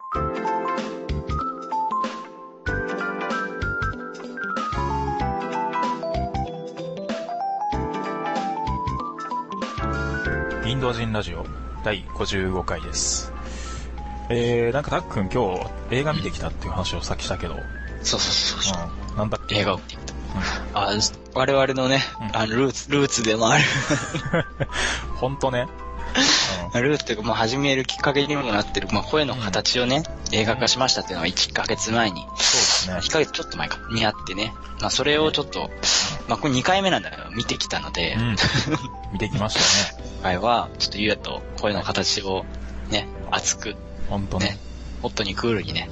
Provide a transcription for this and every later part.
インド人ラジオ第55回です。なんかたっくん今日映画見てきたっていう話をさっきしたけど。 そう。 なんだっけ？ 映画を見てきた。我々のね、ルーツでもある。 ほんとね。 ルーツというか、始めるきっかけにもなってる、声の形をね、映画化しましたっていうのが1ヶ月前に。 そうですね。 1ヶ月ちょっと前かにあってね。それをちょっと、これ2回目なんだけど、見てきたので。 見てきましたね。 今回は、ちょっとゆうやと声の形をね、熱く。 ほんとね。 ホットにクールにね。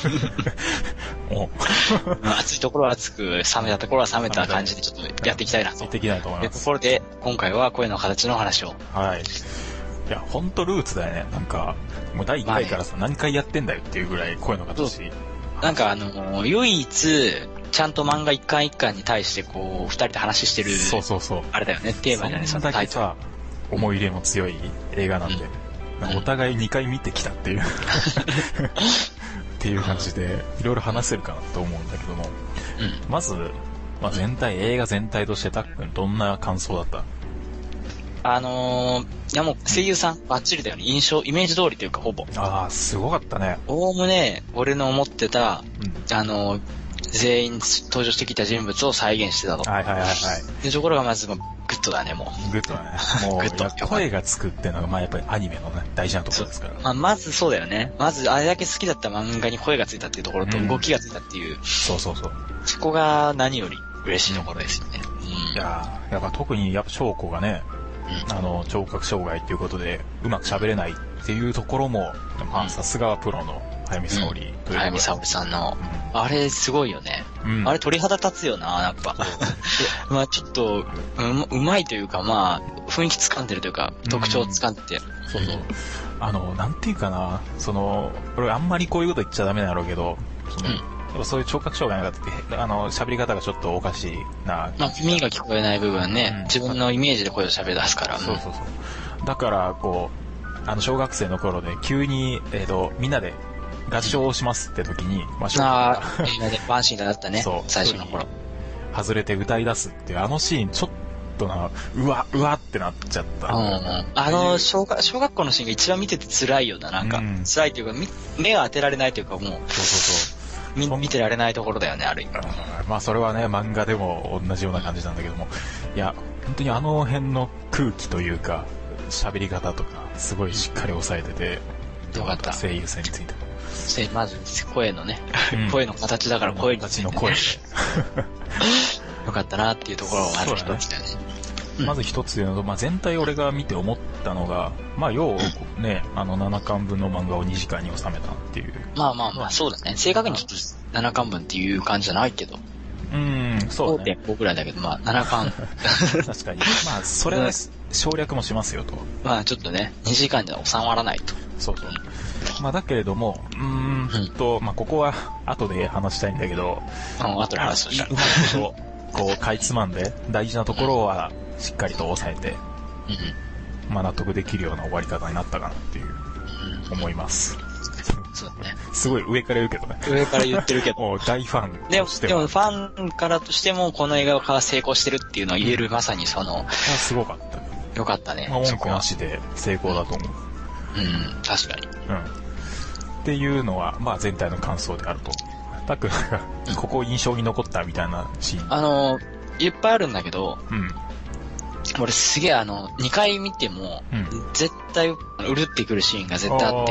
熱いところは熱く、冷めたところは冷めた感じでちょっとやっていきたいなと。 やっていきたいと思います。 ところで、今回は声の形の話を。 はい。いや、ほんとルーツだよね。なんか、もう第1回からさ、何回やってんだよっていうぐらい声の形。 なんか唯一、ちゃんと漫画一巻一巻に対して二人で話してる。 そう。 あれだよね、テーマじゃない、 そんだけさ、思い入れの強い映画なんで。お互い2回見てきたっていうっていう感じでいろいろ話せるかなと思うんだけども、まず、映画全体としてたっくんどんな感想だった？ いやもう声優さんバッチリだよね。イメージ通りというかほぼ。 すごかったね。 おおむね俺の思ってた、全員登場してきた人物を再現してたと。いうところがまずグッドだね、もう。 グッドだね。もう声がつくっていうのがやっぱりアニメのね大事なところですから。 まずそうだよね。まずあれだけ好きだった漫画に声がついたっていうところと動きがついたっていう。 そう。 そこが何より嬉しいところですよね。 いややっぱ特に翔子がね、聴覚障害っていうことでうまく喋れないっていうところも、さすがはプロの早見沙織ということで。 早見沙織さんの、あれすごいよね。あれ鳥肌立つよな、やっぱ。ちょっとうまいというか、雰囲気掴んでるというか、特徴を掴んでて。 そう。なんていうかな、俺あんまりこういうこと言っちゃダメなんだろうけど、そういう聴覚障害の方って喋り方がちょっとおかしいな。 耳が聞こえない部分ね、自分のイメージで声を喋り出すから。 そう。だから小学生の頃で急にみんなで合唱をしますって時に、 みんなでワンシーンだったね。そう。最初の頃。 外れて歌い出すっていうシーンちょっとうわってなっちゃった。 小学校のシーンが一番見てて辛いよな、なんか。辛いというか、目が当てられないというか、もう。 そう。 見てられないところだよね、ある意味。 それはね、漫画でも同じような感じなんだけども。いや、本当に辺の空気というか、喋り方とか、すごいしっかり抑えてて、 よかった。 声優さんについても。 まず、声のね、声の形だから声について、ね。 形の声で。 よかったなっていうところがある一つだよね。 まず一つ言うのと、全体俺が見て思ったのが、要ね、7巻分の漫画を2時間に収めたっていう。 そうだね。正確にちょっと7巻分っていう感じじゃないけど。 そうだね。 5.5ぐらいだけど、7巻。 確かに。それは省略もしますよと。 ちょっとね、2時間じゃ収まらないと。 そう。だけれども、ここは後で話したいんだけど、 後で話すとしたら。 うまいこと、かいつまんで、大事なところはしっかりと抑えて、納得できるような終わり方になったかなっていう、思います。 そうだね。 すごい上から言うけどね。 上から言ってるけど。 もう大ファンとしては。 でもファンからとしても、この映画が成功してるっていうのを言える、まさにすごかった。 よかったね。 文句なしで成功だと思う。 確かに。 っていうのは、全体の感想であると。たくんが、ここ印象に残ったみたいなシーン。 いっぱいあるんだけど、俺すげえ2回見ても、絶対うるってくるシーンが絶対あって、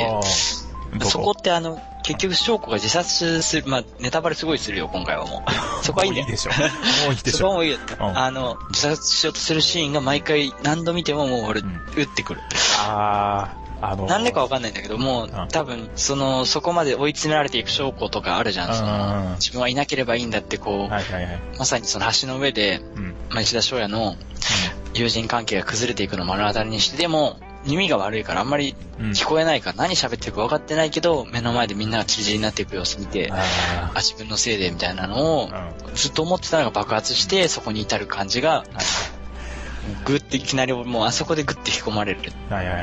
そこって結局翔子が自殺する、ネタバレすごいするよ、今回はもう。そこはいいんだよ。 もういいでしょ。もういいでしょ。 そこもいいよ。自殺しようとするシーンが毎回何度見てももう俺、うってくる。なんでかわかんないんだけど、もう多分、そこまで追い詰められていく証拠とかあるじゃん。自分はいなければいいんだってまさにその橋の上で、石田翔也の友人関係が崩れていくのを目の当たりにして、でも、耳が悪いからあんまり聞こえないから何喋ってるか分かってないけど、目の前でみんなが散り散りになっていく様子見て、自分のせいでみたいなのをずっと思ってたのが爆発して、そこに至る感じが、グッていきなりもうあそこでグッて引き込まれる。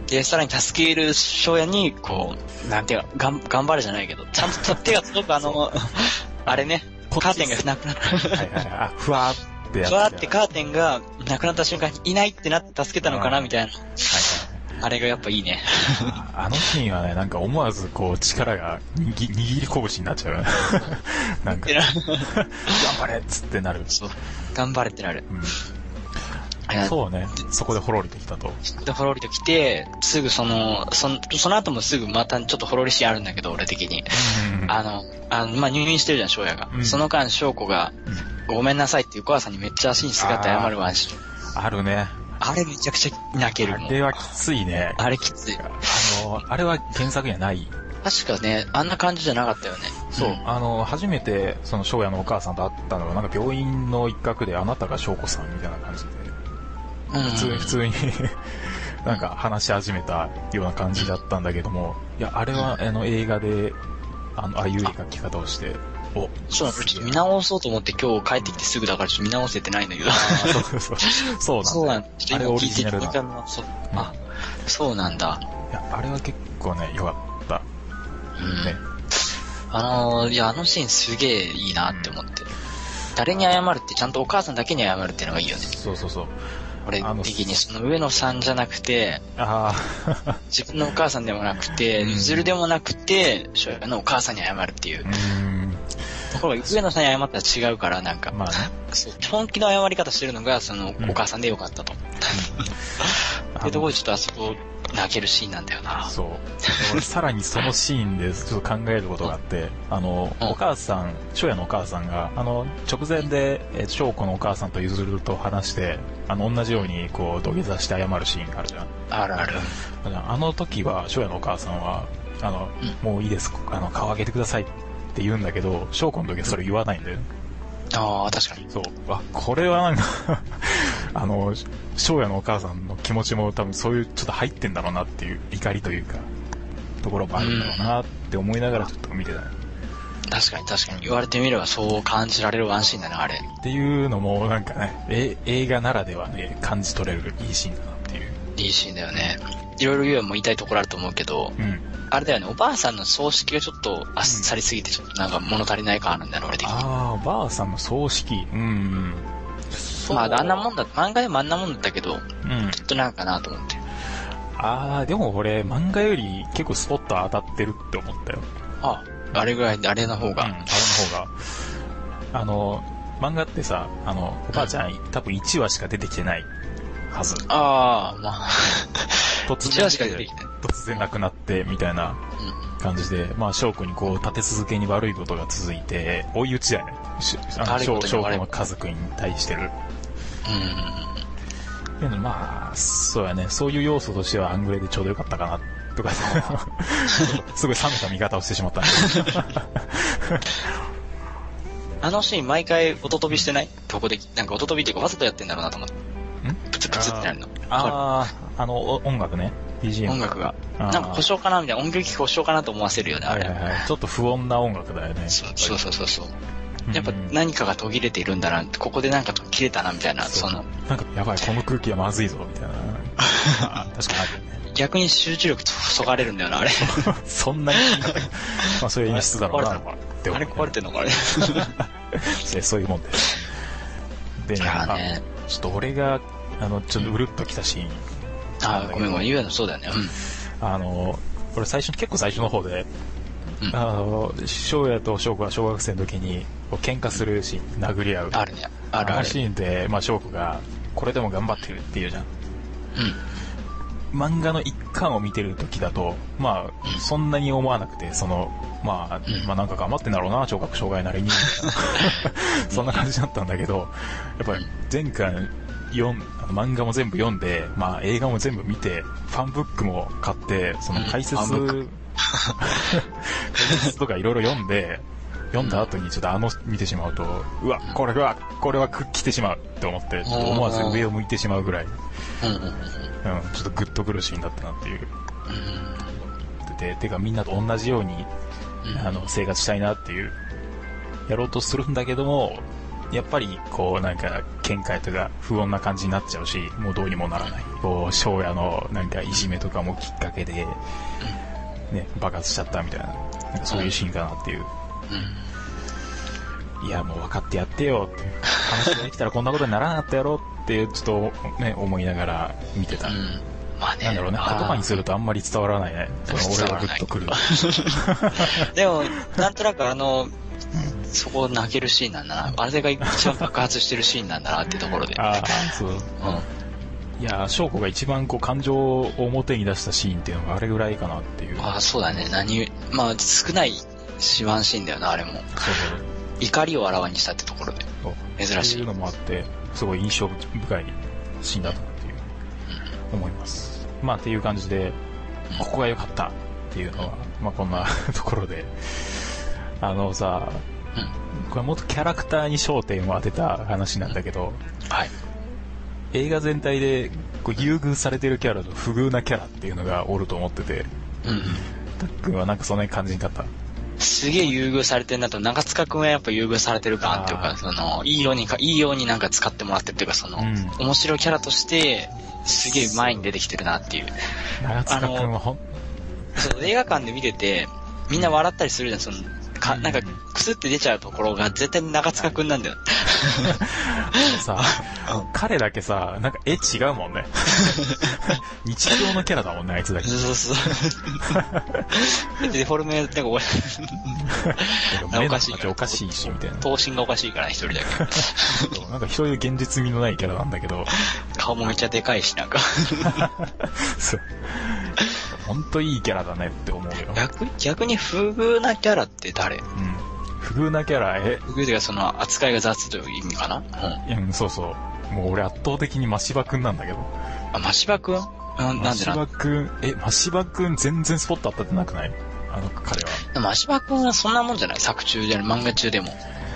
で、さらに助ける翔也に、こう、なんていうか、頑張るじゃないけど、ちゃんと手が届くあれね、カーテンがなくなる。 はいはいはい。ふわーってやつ。 ふわーってカーテンがなくなった瞬間にいないってなって助けたのかなみたいな。はいはい。あれがやっぱいいね。 あのシーンはね、なんか思わずこう力が握り拳になっちゃう。なんか、頑張れっつってなる。 そう。頑張れってなる。 そうね。そこでほろりときたと。 で、ほろりと来て、すぐその後もすぐまたちょっとほろりシーンあるんだけど、俺的に。まあ、入院してるじゃん、翔也が。その間、翔子が、ごめんなさいっていうお母さんにめっちゃ足にすがって謝るワンシーン。 あるね。 あれめちゃくちゃ泣けるもん。 あれはきついね。 あれきつい。 あれは原作にはない。 確かね、あんな感じじゃなかったよね。 そう。初めて、その翔也のお母さんと会ったのが、なんか病院の一角で、あなたが翔子さんみたいな感じで。普通になんか話し始めたような感じだったんだけども、いや、あれは映画で、ああいう描き方をして、 そうなの、ちょっと見直そうと思って今日帰ってきてすぐだからちょっと見直せてないんだけど。そうなんだ。 あれオリジナルだ。 そうなんだ。 いや、あれは結構ね、良かった。ね。 いや、あのシーンすげえいいなって思って。誰に謝るってちゃんとお母さんだけに謝るっていうのがいいよね。 そう。 俺的にその上野さんじゃなくて、自分のお母さんでもなくて、ゆずるでもなくて、翔也のお母さんに謝るっていう。ところが上野さんに謝ったら違うから、なんか、まあね、本気の謝り方してるのが、そのお母さんでよかったと。っていうところでちょっとあそこ泣けるシーンなんだよな。 そう。さらにそのシーンでちょっと考えることがあって、お母さん、翔也のお母さんが、直前で、翔子のお母さんとゆずると話して、同じように、こう、土下座して謝るシーンがあるじゃん。 あるある。 あの時は、翔也のお母さんは、もういいです、顔上げてくださいって言うんだけど、翔子の時はそれ言わないんだよね。 ああ、確かに。 そう。これはなんか翔也のお母さんの気持ちも多分そういうちょっと入ってんだろうなっていう怒りというか、ところもあるんだろうなって思いながらちょっと見てた。 確かに。言われてみればそう感じられるワンシーンだな、あれ。 っていうのもなんかね、映画ならではで感じ取れるいいシーンだなっていう。 いいシーンだよね。いろいろ言いたいところあると思うけど、あれだよね、おばあさんの葬式がちょっとあっさりすぎてちょっとなんか物足りない感あるんだよね、俺的に。 おばあさんの葬式。 まあ、あんなもんだ、漫画でもあんなもんだったけど、ちょっとなんかなと思って。 でも俺、漫画より結構スポット当たってるって思ったよ。 あれぐらい、あれの方が。 あれの方が。漫画ってさ、おばあちゃん、多分1話しか出てきてないはず。 まあ。 1話しか出てきてない。突然亡くなって、みたいな感じで、まあ、翔子にこう、立て続けに悪いことが続いて、追い打ちだよね。翔子の家族に対してる。まあ、そうやね。そういう要素としてはアングレでちょうどよかったかな、とか、すごい冷めた見方をしてしまったんで。 あのシーン毎回音飛びしてない？どこで、なんか音飛びっていうかわざとやってんだろうなと思って。プツプツってなるの。 音楽ね。BGM。 音楽が。なんか故障かなみたいな、音響機故障かなと思わせるよね、あれ。 ちょっと不穏な音楽だよね。 そう。やっぱ何かが途切れているんだな、ここでなんか切れたなみたいな、 なんかやばい、この空気はまずいぞ、みたいな。確かにあるよね。 逆に集中力そがれるんだよな、あれ。そんなにまあそういう演出だろうな。あれ壊れてんのか、あれ。 そういうもんです。でね、ちょっと俺が、ちょっとうるっときたシーン。 ごめん、言うのそうだよね。 俺結構最初の方で、翔也と翔子が小学生の時に喧嘩するシーン、殴り合う。 あるね。 あのシーンで、まあ翔子が、これでも頑張ってるって言うじゃん。漫画の一巻を見てる時だと、まあ、そんなに思わなくて、まあなんか頑張ってんだろうな、聴覚障害なりに。そんな感じだったんだけど、やっぱり前回漫画も全部読んで、まあ映画も全部見て、ファンブックも買って、その解説とかいろいろ読んだ後にちょっと見てしまうと、うわ、これは来てしまうって思って、ちょっと思わず上を向いてしまうぐらい、ちょっとグッとくるシーンだったなっていう。てかみんなと同じように、生活したいなっていう、やろうとするんだけども、 やっぱりこうなんか喧嘩とか不穏な感じになっちゃうし、もうどうにもならない。こう翔也のなんかいじめとかもきっかけでね爆発しちゃったみたいな、なんかそういうシーンかなっていう。いやもう分かってやってよって話ができたらこんなことにならなかったやろってちょっとね思いながら見てた。 まあね、 なんだろうね、言葉にするとあんまり伝わらないね。その俺がグッとくる。 でもなんとなくそこ泣けるシーンなんだな。あれが一番爆発してるシーンなんだなっていうところで。 そう。いや、翔子が一番こう感情を表に出したシーンっていうのがあれぐらいかなっていう。 そうだね。まあ少ないワンシーンだよな、あれも。そう。怒りをあらわにしたってところで。珍しい。 そういうのもあって、すごい印象深いシーンだったなっていう、思います。まあっていう感じで、ここが良かったっていうのは、まあこんなところで、さ、これもっとキャラクターに焦点を当てた話なんだけど、 はい。 映画全体でこう優遇されてるキャラと不遇なキャラっていうのがおると思ってて、たっくんはなんかそんなに感じにかった？ すげえ優遇されてるなと、長塚くんはやっぱ優遇されてる感っていうか、いいようになんか使ってもらってるっていうか、面白いキャラとして、すげえ前に出てきてるなっていう。 長塚くんは映画館で見てて、みんな笑ったりするじゃん、なんか、クスって出ちゃうところが絶対長塚くんなんだよ。 さ、彼だけさ、なんか絵違うもんね。日常のキャラだもんね、あいつだけ。 そう。デフォルメ、なんかおかしい。 おかしいし、みたいな。 頭身がおかしいから一人だけ。 なんか一人で現実味のないキャラなんだけど。 顔もめっちゃでかいし、なんか。 そう。ほんといいキャラだねって思うよ。 逆に不遇なキャラって誰？ 不遇なキャラ、 不遇というか扱いが雑という意味かな？ そうそう。もう俺圧倒的に真柴くんなんだけど。 真柴くん？なんで真柴くん、真柴くん全然スポット当たってなくない？彼は。 真柴くんはそんなもんじゃない？作中で漫画中でも。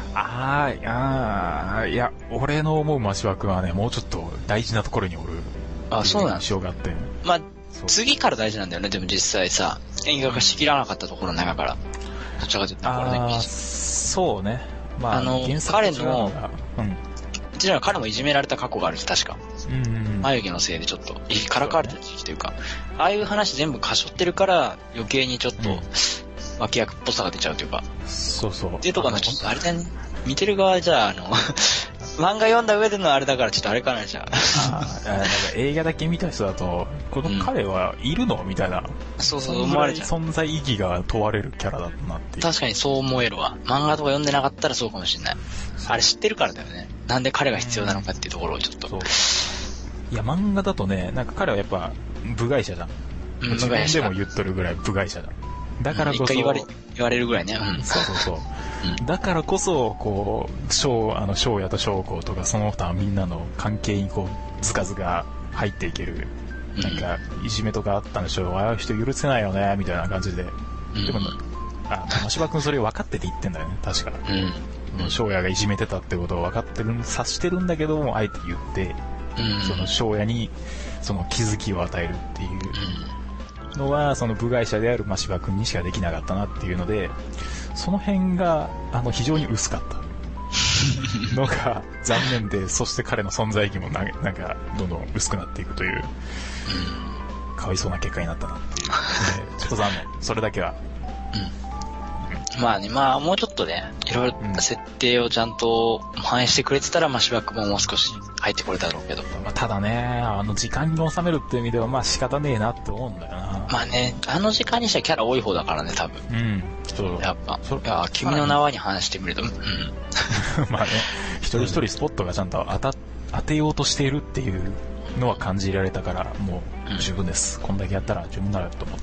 いや、俺の思う真柴くんはね、もうちょっと大事なところにおる。 そうなん印象があって。 まあ、次から大事なんだよね、でも実際さ、映画が仕切らなかったところの中から。どちらかというところね。 そうね。まあ、 彼の、彼もいじめられた過去があるし、確か。眉毛のせいでちょっと、からかわれた時期というか、ああいう話全部かしょってるから、余計にちょっと、脇役っぽさが出ちゃうというか。 そうそう。 っていうところがちょっとあれだね。見てる側じゃ漫画読んだ上でのあれだからちょっとあれかな、じゃあ。 なんか映画だけ見た人だと、この彼はいるのみたいな。 そう思われちゃう。 存在意義が問われるキャラだったなっていう。 確かにそう思えるわ。漫画とか読んでなかったらそうかもしれない。あれ知ってるからだよね。なんで彼が必要なのかっていうところをちょっと。 いや、漫画だとね、なんか彼はやっぱ部外者じゃん。自分でも言っとるぐらい部外者だ。だからこそ。 一回言われるぐらいね。 そう。だからこそ、こう、翔也と翔子とかその他みんなの関係にこう、ずかずか入っていける。なんか、いじめとかあったんでしょう。ああいう人許せないよね、みたいな感じで。でも、真柴くんそれ分かってて言ってんだよね、確か。翔也がいじめてたってことを分かってる、察してるんだけども、あえて言って、その翔也に、その気づきを与えるっていうのは、その部外者である真柴くんにしかできなかったなっていうので、その辺が、非常に薄かったのが残念で、そして彼の存在意義もなんか、どんどん薄くなっていくという、かわいそうな結果になったなっていう。ちょっと残念。それだけは。 まあね、まあもうちょっとね、いろいろ設定をちゃんと反映してくれてたら、真柴くんももう少し入ってこれただろうけど。 ただね、時間に収めるっていう意味では、まあ仕方ねえなって思うんだよな。 まあね、時間にしてはキャラ多い方だからね、多分。そう。やっぱ、君の名はに話してみると、 まあね、一人一人スポットがちゃんと当てようとしているっていうのは感じられたから、もう十分です。こんだけやったら十分だよと思って。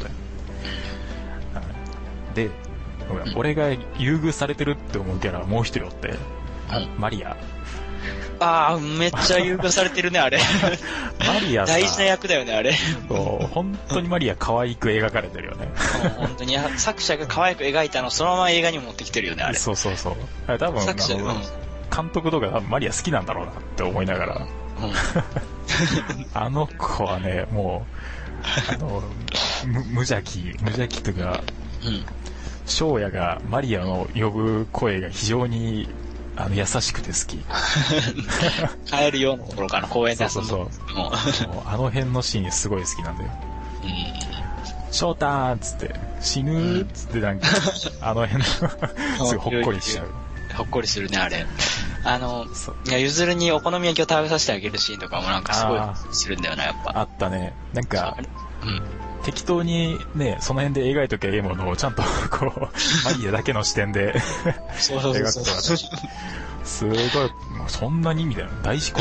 で、俺が優遇されてるって思うキャラもう一人おって、マリア。 めっちゃ優遇されてるね、あれ。 マリアさ、 大事な役だよね、あれ。 本当にマリア可愛く描かれてるよね。 本当に作者が可愛く描いたのをそのまま映画に持ってきてるよね、あれ。 そう。多分監督とか多分マリア好きなんだろうなって思いながら。あの子はね、もう、無邪気とか、翔也がマリアの呼ぶ声が非常に優しくて好き。 帰るようなところから公園で遊んで。 そう。あの辺のシーンすごい好きなんだよ。翔太ーっつって、死ぬーっつってなんか、あの辺の、すごいほっこりしちゃう。 ほっこりするね、あれ。いや、ゆずるにお好み焼きを食べさせてあげるシーンとかもなんかすごいするんだよな、やっぱ。 あったね。なんか、適当にね、その辺で描いときゃいいものをちゃんとこう、マリアだけの視点で描くとか、すごい、そんなにみたいな、大事故。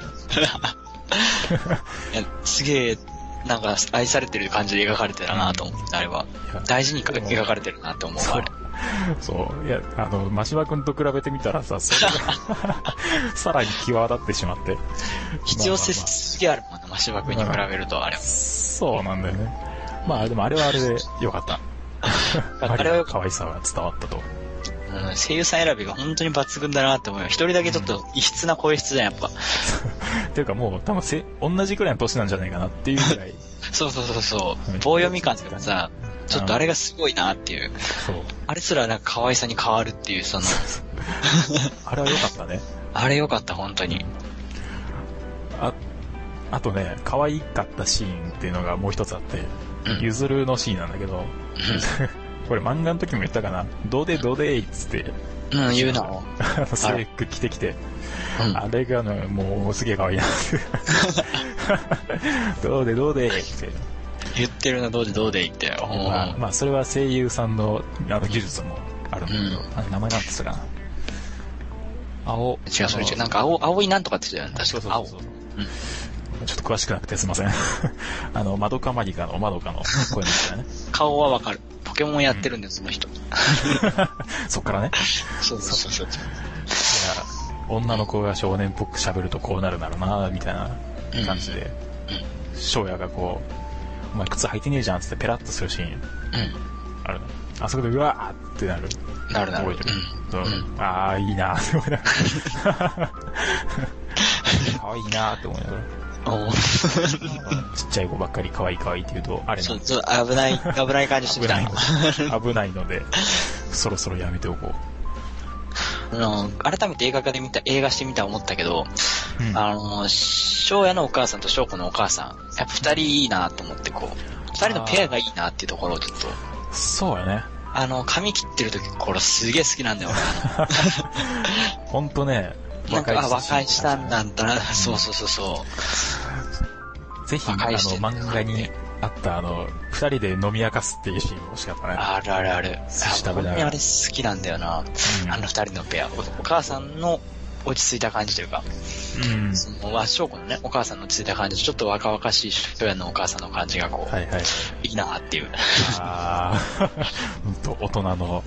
すげえ、なんか愛されてる感じで描かれてるなと思って、あれは。大事に描かれてるなと思う、あれ。 そう。いや、真柴くんと比べてみたらさ、それがさらに際立ってしまって。 必要性すげえあるもんな、真柴くんに比べると、あれは。 そうなんだよね。まあでもあれはあれでよかった。あれは可愛さが伝わったと。 声優さん選びが本当に抜群だなって思うよ。一人だけちょっと異質な声質じゃん、やっぱ。 っていうかもう多分同じくらいの年なんじゃないかなっていうぐらい。 そう。棒読み感とかさ、ちょっとあれがすごいなっていう。そう。あれすらなんか可愛さに変わるっていう、 あれは良かったね。 あれ良かった、本当に。 あとね、可愛かったシーンっていうのがもう一つあって、ゆずるのシーンなんだけど、これ漫画の時も言ったかな、どうでいっつって、 言うな。 制服着てきて、あれがね、もうすげえ可愛いなって。どうでって。 言ってるな、どうで言ってよ。 まあ、それは声優さんの技術もあるんだけど、名前なんて言ったかな。 違う、それ違う。なんか青いなんとかって言ってたよね、確か。 そう。ちょっと詳しくなくてすいません。マドカマギカのマドカの声みたいなね。 顔はわかる。ポケモンやってるんです、その人。 そっからね。 そう。 女の子が少年っぽく喋るとこうなるだろうな、みたいな感じで、翔也がこう、お前靴履いてねえじゃんっつってペラッとするシーン。あるの。あそこでうわーってなる。 なる。 覚えてる。ああ、いいなーって思いながら。可愛いなーって思いながら。ちっちゃい子ばっかり可愛いって言うと、あれなんですよ。 危ない感じしてた。 危ないので、そろそろやめておこう。 改めて映画してみた思ったけど、翔也のお母さんと翔子のお母さん、やっぱ二人いいなと思って、こう、二人のペアがいいなっていうところをちょっと。 そうやね。 髪切ってる時、これすげえ好きなんだよ、 俺。ほんとね、 なんか、和解したんだな、そう。 ぜひ、漫画にあった、二人で飲み明かすっていうシーンも欲しかったね。 ある。 寿司食べながら。 あれ好きなんだよな。あの二人のペア。お母さんの落ち着いた感じというか、翔子のね、お母さんの落ち着いた感じ、ちょっと若々しい翔也のお母さんの感じがこう、いいなっていう。 ほんと、大人の、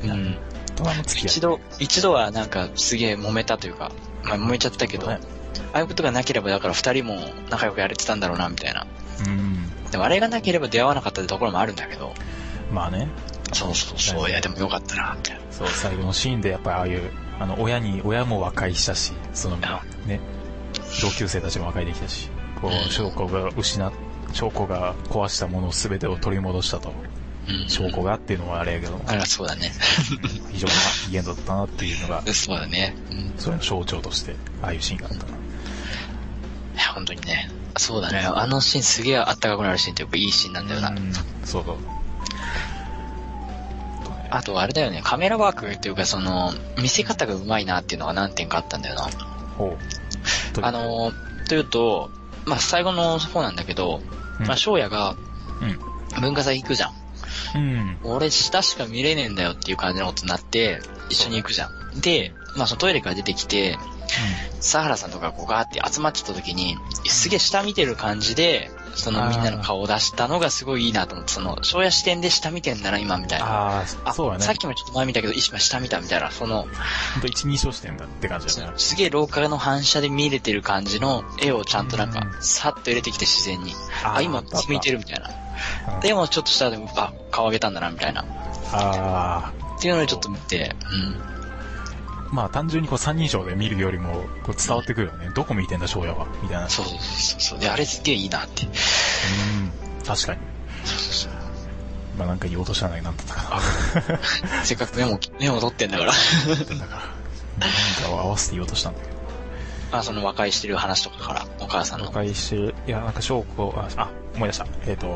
一度はなんかすげえ揉めたというか、まあ揉めちゃったけど、ああいうことがなければだから二人も仲良くやれてたんだろうなみたいな。でもあれがなければ出会わなかったってところもあるんだけど。まあね。そう、いやでもよかったな、みたいな。 そう、最後のシーンでやっぱああいう、親も和解したし、ね、同級生たちも和解できたし、こう、翔子が壊したもの全てを取り戻したと。証拠がっていうのはあれやけど。 そうだね。 非常にいいエンドだったなっていうのが。 そうだね。 それの象徴として、ああいうシーンがあったな。いや、本当にね。そうだね。あのシーンすげえあったかくなるシーンってやっぱいいシーンなんだよな。 そう。 あとあれだよね。カメラワークっていうか見せ方がうまいなっていうのが何点かあったんだよな。というと、まあ最後の方なんだけど、まあ翔也が、文化祭行くじゃん。俺下しか見れねえんだよっていう感じのことになって一緒に行くじゃん。で、まあそのトイレから出てきて、佐原さんとかこうガーって集まっちゃった時にすげえ下見てる感じでみんなの顔を出したのがすごいいいなと思って、翔也視点で下見てんだな今みたいな。そうだね。さっきもちょっと前見たけど今下見たみたいな、 ほんと一人称視点だって感じだね。 すげえ廊下の反射で見れてる感じの絵をちゃんとなんかさっと入れてきて自然に、今見てるみたいな。でもちょっと下でも顔上げたんだなみたいな。っていうのをちょっと見て、 まあ単純にこう三人称で見るよりもこう伝わってくるよね。どこ見てんだ翔也はみたいな。 そう。であれすげえいいなって。 確かに。まあなんか言おうとしたんだけどなんだったかな。 せっかくメモ取ってんだから。 何かを合わせて言おうとしたんだけど。 その和解してる話とかから、お母さんの。 和解してる、いや、なんか翔子、思い出した。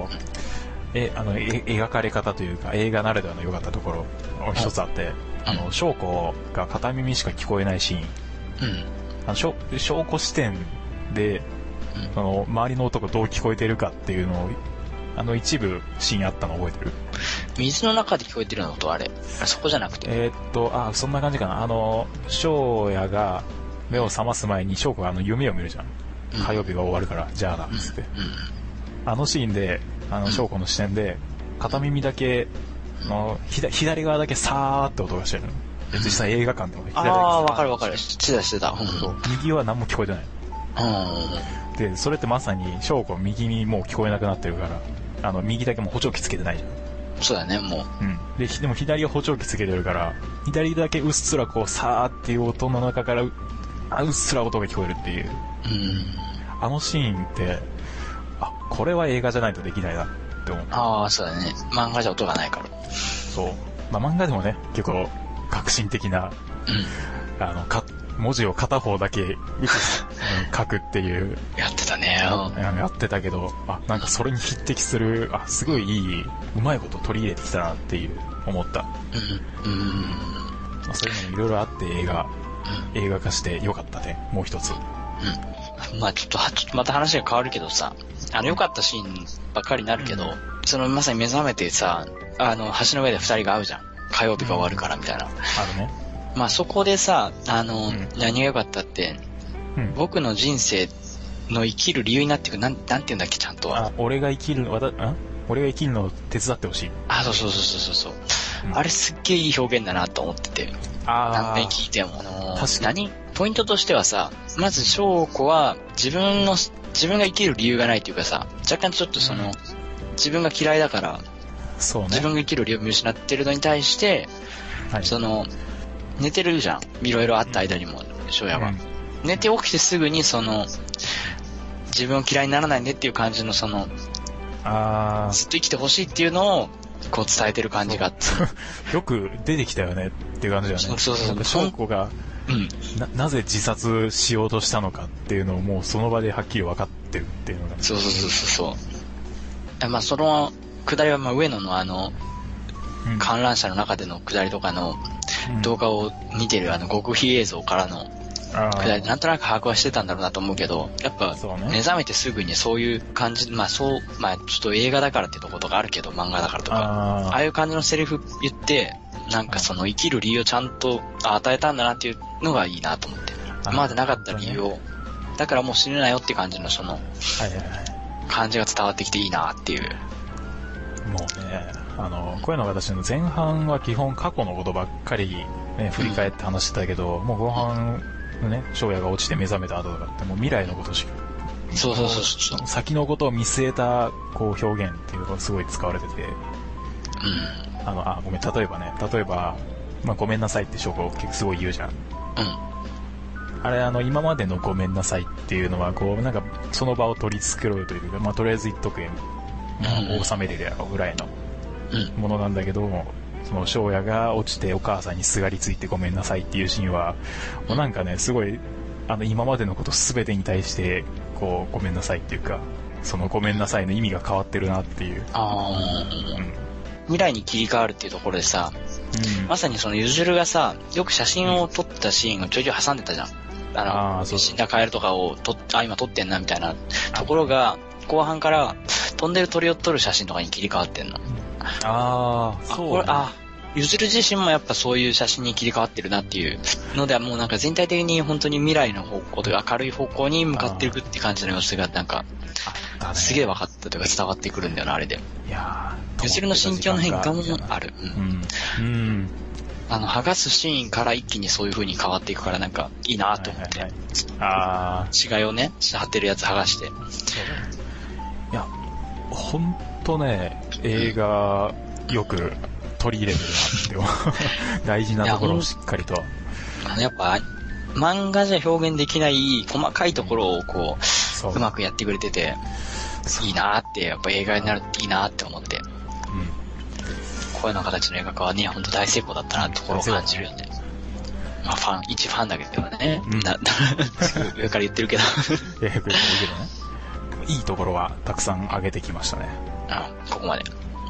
描かれ方というか、映画ならではの良かったところ、一つあって、翔子が片耳しか聞こえないシーン。翔子視点で、周りの音がどう聞こえてるかっていうのを、一部シーンあったの覚えてる？ 水の中で聞こえてるの音あれ。そこじゃなくて。 そんな感じかな。翔也が目を覚ます前に翔子が夢を見るじゃん。火曜日が終わるから、じゃあな、つって。あのシーンで、翔子の視点で、片耳だけ、左側だけさーって音がしてるの。実際映画館でも左だけわかるわかる。してた。 右は何も聞こえてない。で、それってまさに翔子右にもう聞こえなくなってるから、右だけもう補聴器つけてないじゃん。 そうだね、もう。 でも左は補聴器つけてるから、左だけうっすらこう、さーっていう音の中から、うっすら音が聞こえるっていう。あのシーンって、これは映画じゃないとできないなって思う。 そうだね。漫画じゃ音がないから。 そう。漫画でもね、結構、革新的な、文字を片方だけ書くっていう。 やってたね。 やってたけど、なんかそれに匹敵する、すごいいい、うまいこと取り入れてきたなっていう思った。そういうのもいろいろあって映画化してよかったね、もう一つ。 ちょっとまた話が変わるけどさ、良かったシーンばっかりになるけど、まさに目覚めてさ、橋の上で二人が会うじゃん。火曜日が終わるからみたいな。あるね。 そこでさ、何が良かったって、僕の人生の生きる理由になっていく、なんて言うんだっけ、ちゃんとは。 俺が生きるのを手伝ってほしい。 そう。あれすっげえいい表現だなと思ってて。何回聞いても。ポイントとしてはさ、まず翔子は自分が生きる理由がないというかさ、若干ちょっと自分が嫌いだから、 そうね。 自分が生きる理由を見失ってるのに対して、寝てるじゃん。いろいろあった間にも、翔也は。寝て起きてすぐに自分を嫌いにならないねっていう感じのずっと生きてほしいっていうのを、こう伝えてる感じがあって。 よく出てきたよねっていう感じだよね。そう。翔子が、なぜ自殺しようとしたのかっていうのをもうその場ではっきり分かってるっていうのが、ね。 そう。その下りは上野の観覧車の中での下りとかの動画を見てる極秘映像からの下りでなんとなく把握はしてたんだろうなと思うけど、やっぱ目覚めてすぐにそういう感じ、ちょっと映画だからってとことかあるけど、漫画だからとか、ああいう感じのセリフ言って、なんか生きる理由をちゃんと与えたんだなっていうのがいいなと思って。今までなかった理由を、だからもう死ぬなよって感じの感じが伝わってきていいなっていう。 もうね、こういうのが私の前半は基本過去のことばっかり、ね、振り返って話してたけど、もう後半のね、翔也が落ちて目覚めた後とかってもう未来のことしか。 そう。 先のことを見据えた、こう表現っていうのがすごい使われてて。ごめん、例えば、ごめんなさいって翔子結構すごい言うじゃん。あれ今までのごめんなさいっていうのは、こう、なんか、その場を取り繕うというか、とりあえず言っとくよ。収めれるやろぐらいのものなんだけど、その翔也が落ちてお母さんにすがりついてごめんなさいっていうシーンは、もうなんかね、すごい、今までのことすべてに対して、こう、ごめんなさいっていうか、そのごめんなさいの意味が変わってるなっていう。 未来に切り替わるっていうところでさ、まさにゆずるがさ、よく写真を撮ったシーンをちょいちょい挟んでたじゃん。死んだカエルとかを今撮ってんなみたいなところが、後半から飛んでる鳥を撮る写真とかに切り替わってんの。そう、ゆずる自身もやっぱそういう写真に切り替わってるなっていうのでは、もうなんか全体的に本当に未来の方向というか明るい方向に向かっていくって感じの様子がなんか、すげえ分かったというか伝わってくるんだよな、あれで。ゆずるの心境の変化もある。剥がすシーンから一気にそういう風に変わっていくからなんかいいなと思って。違いをね、貼ってるやつ剥がして。いや、ほんとね、映画よく取り入れてるなって大事なところをしっかりと。 やっぱ、漫画じゃ表現できない細かいところをこう、うまくやってくれてて、いいなーって、やっぱ映画になるっていいなーって思って。こういうの形の映画化はね、ほんと大成功だったなってところを感じるよね。 まあ一ファンだけどね。上から言ってるけど。 上から言ってるけどね。いいところはたくさん上げてきましたね。 ここまで。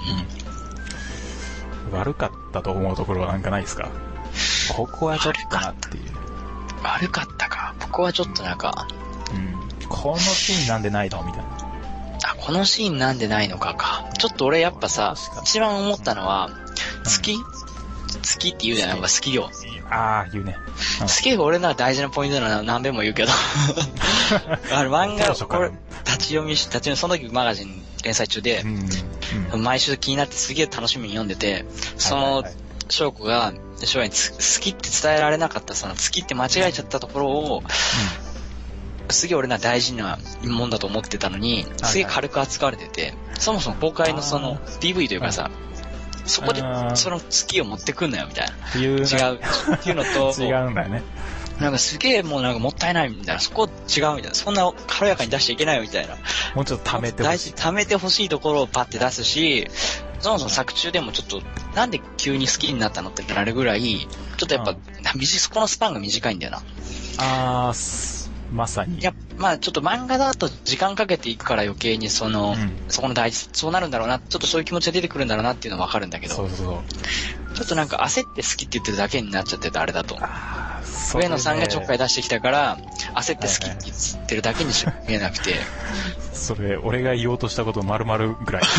悪かったと思うところはなんかないですか？ここはちょっとなっていう。 悪かったか。ここはちょっとなんか。 このシーンなんでないのみたいな。 このシーンなんでないのか。ちょっと俺やっぱさ、一番思ったのは、月って言うじゃない？月行。 言うね。 月が俺なら大事なポイントなの何遍も言うけど。漫画、これ、立ち読み、その時マガジン連載中で、毎週気になってすげえ楽しみに読んでて、その、翔子が、翔也に好きって伝えられなかったその月って間違えちゃったところを、すげえ俺な大事なもんだと思ってたのに、すげえ軽く扱われてて、そもそも公開のその PV というかさ、そこでその月を持ってくんなよみたいな。違うっていうのと、 違うんだよね。 なんかすげえもうなんかもったいないみたいな、そこ違うみたいな、そんな軽やかに出しちゃいけないみたいな。 もうちょっと貯めてほしい。 貯めてほしいところをパッて出すし、そもそも作中でもちょっと、なんで急に好きになったのってなるぐらい、ちょっとやっぱ、そこのスパンが短いんだよな。 まさに。 まあちょっと漫画だと時間かけていくから余計にそこのそうなるんだろうな、ちょっとそういう気持ちが出てくるんだろうなっていうのはわかるんだけど、ちょっとなんか焦って好きって言ってるだけになっちゃってたあれだと。上野さんがちょっかい出してきたから、焦って好きって言ってるだけにしか見えなくて。 それ、俺が言おうとしたこと丸々ぐらい。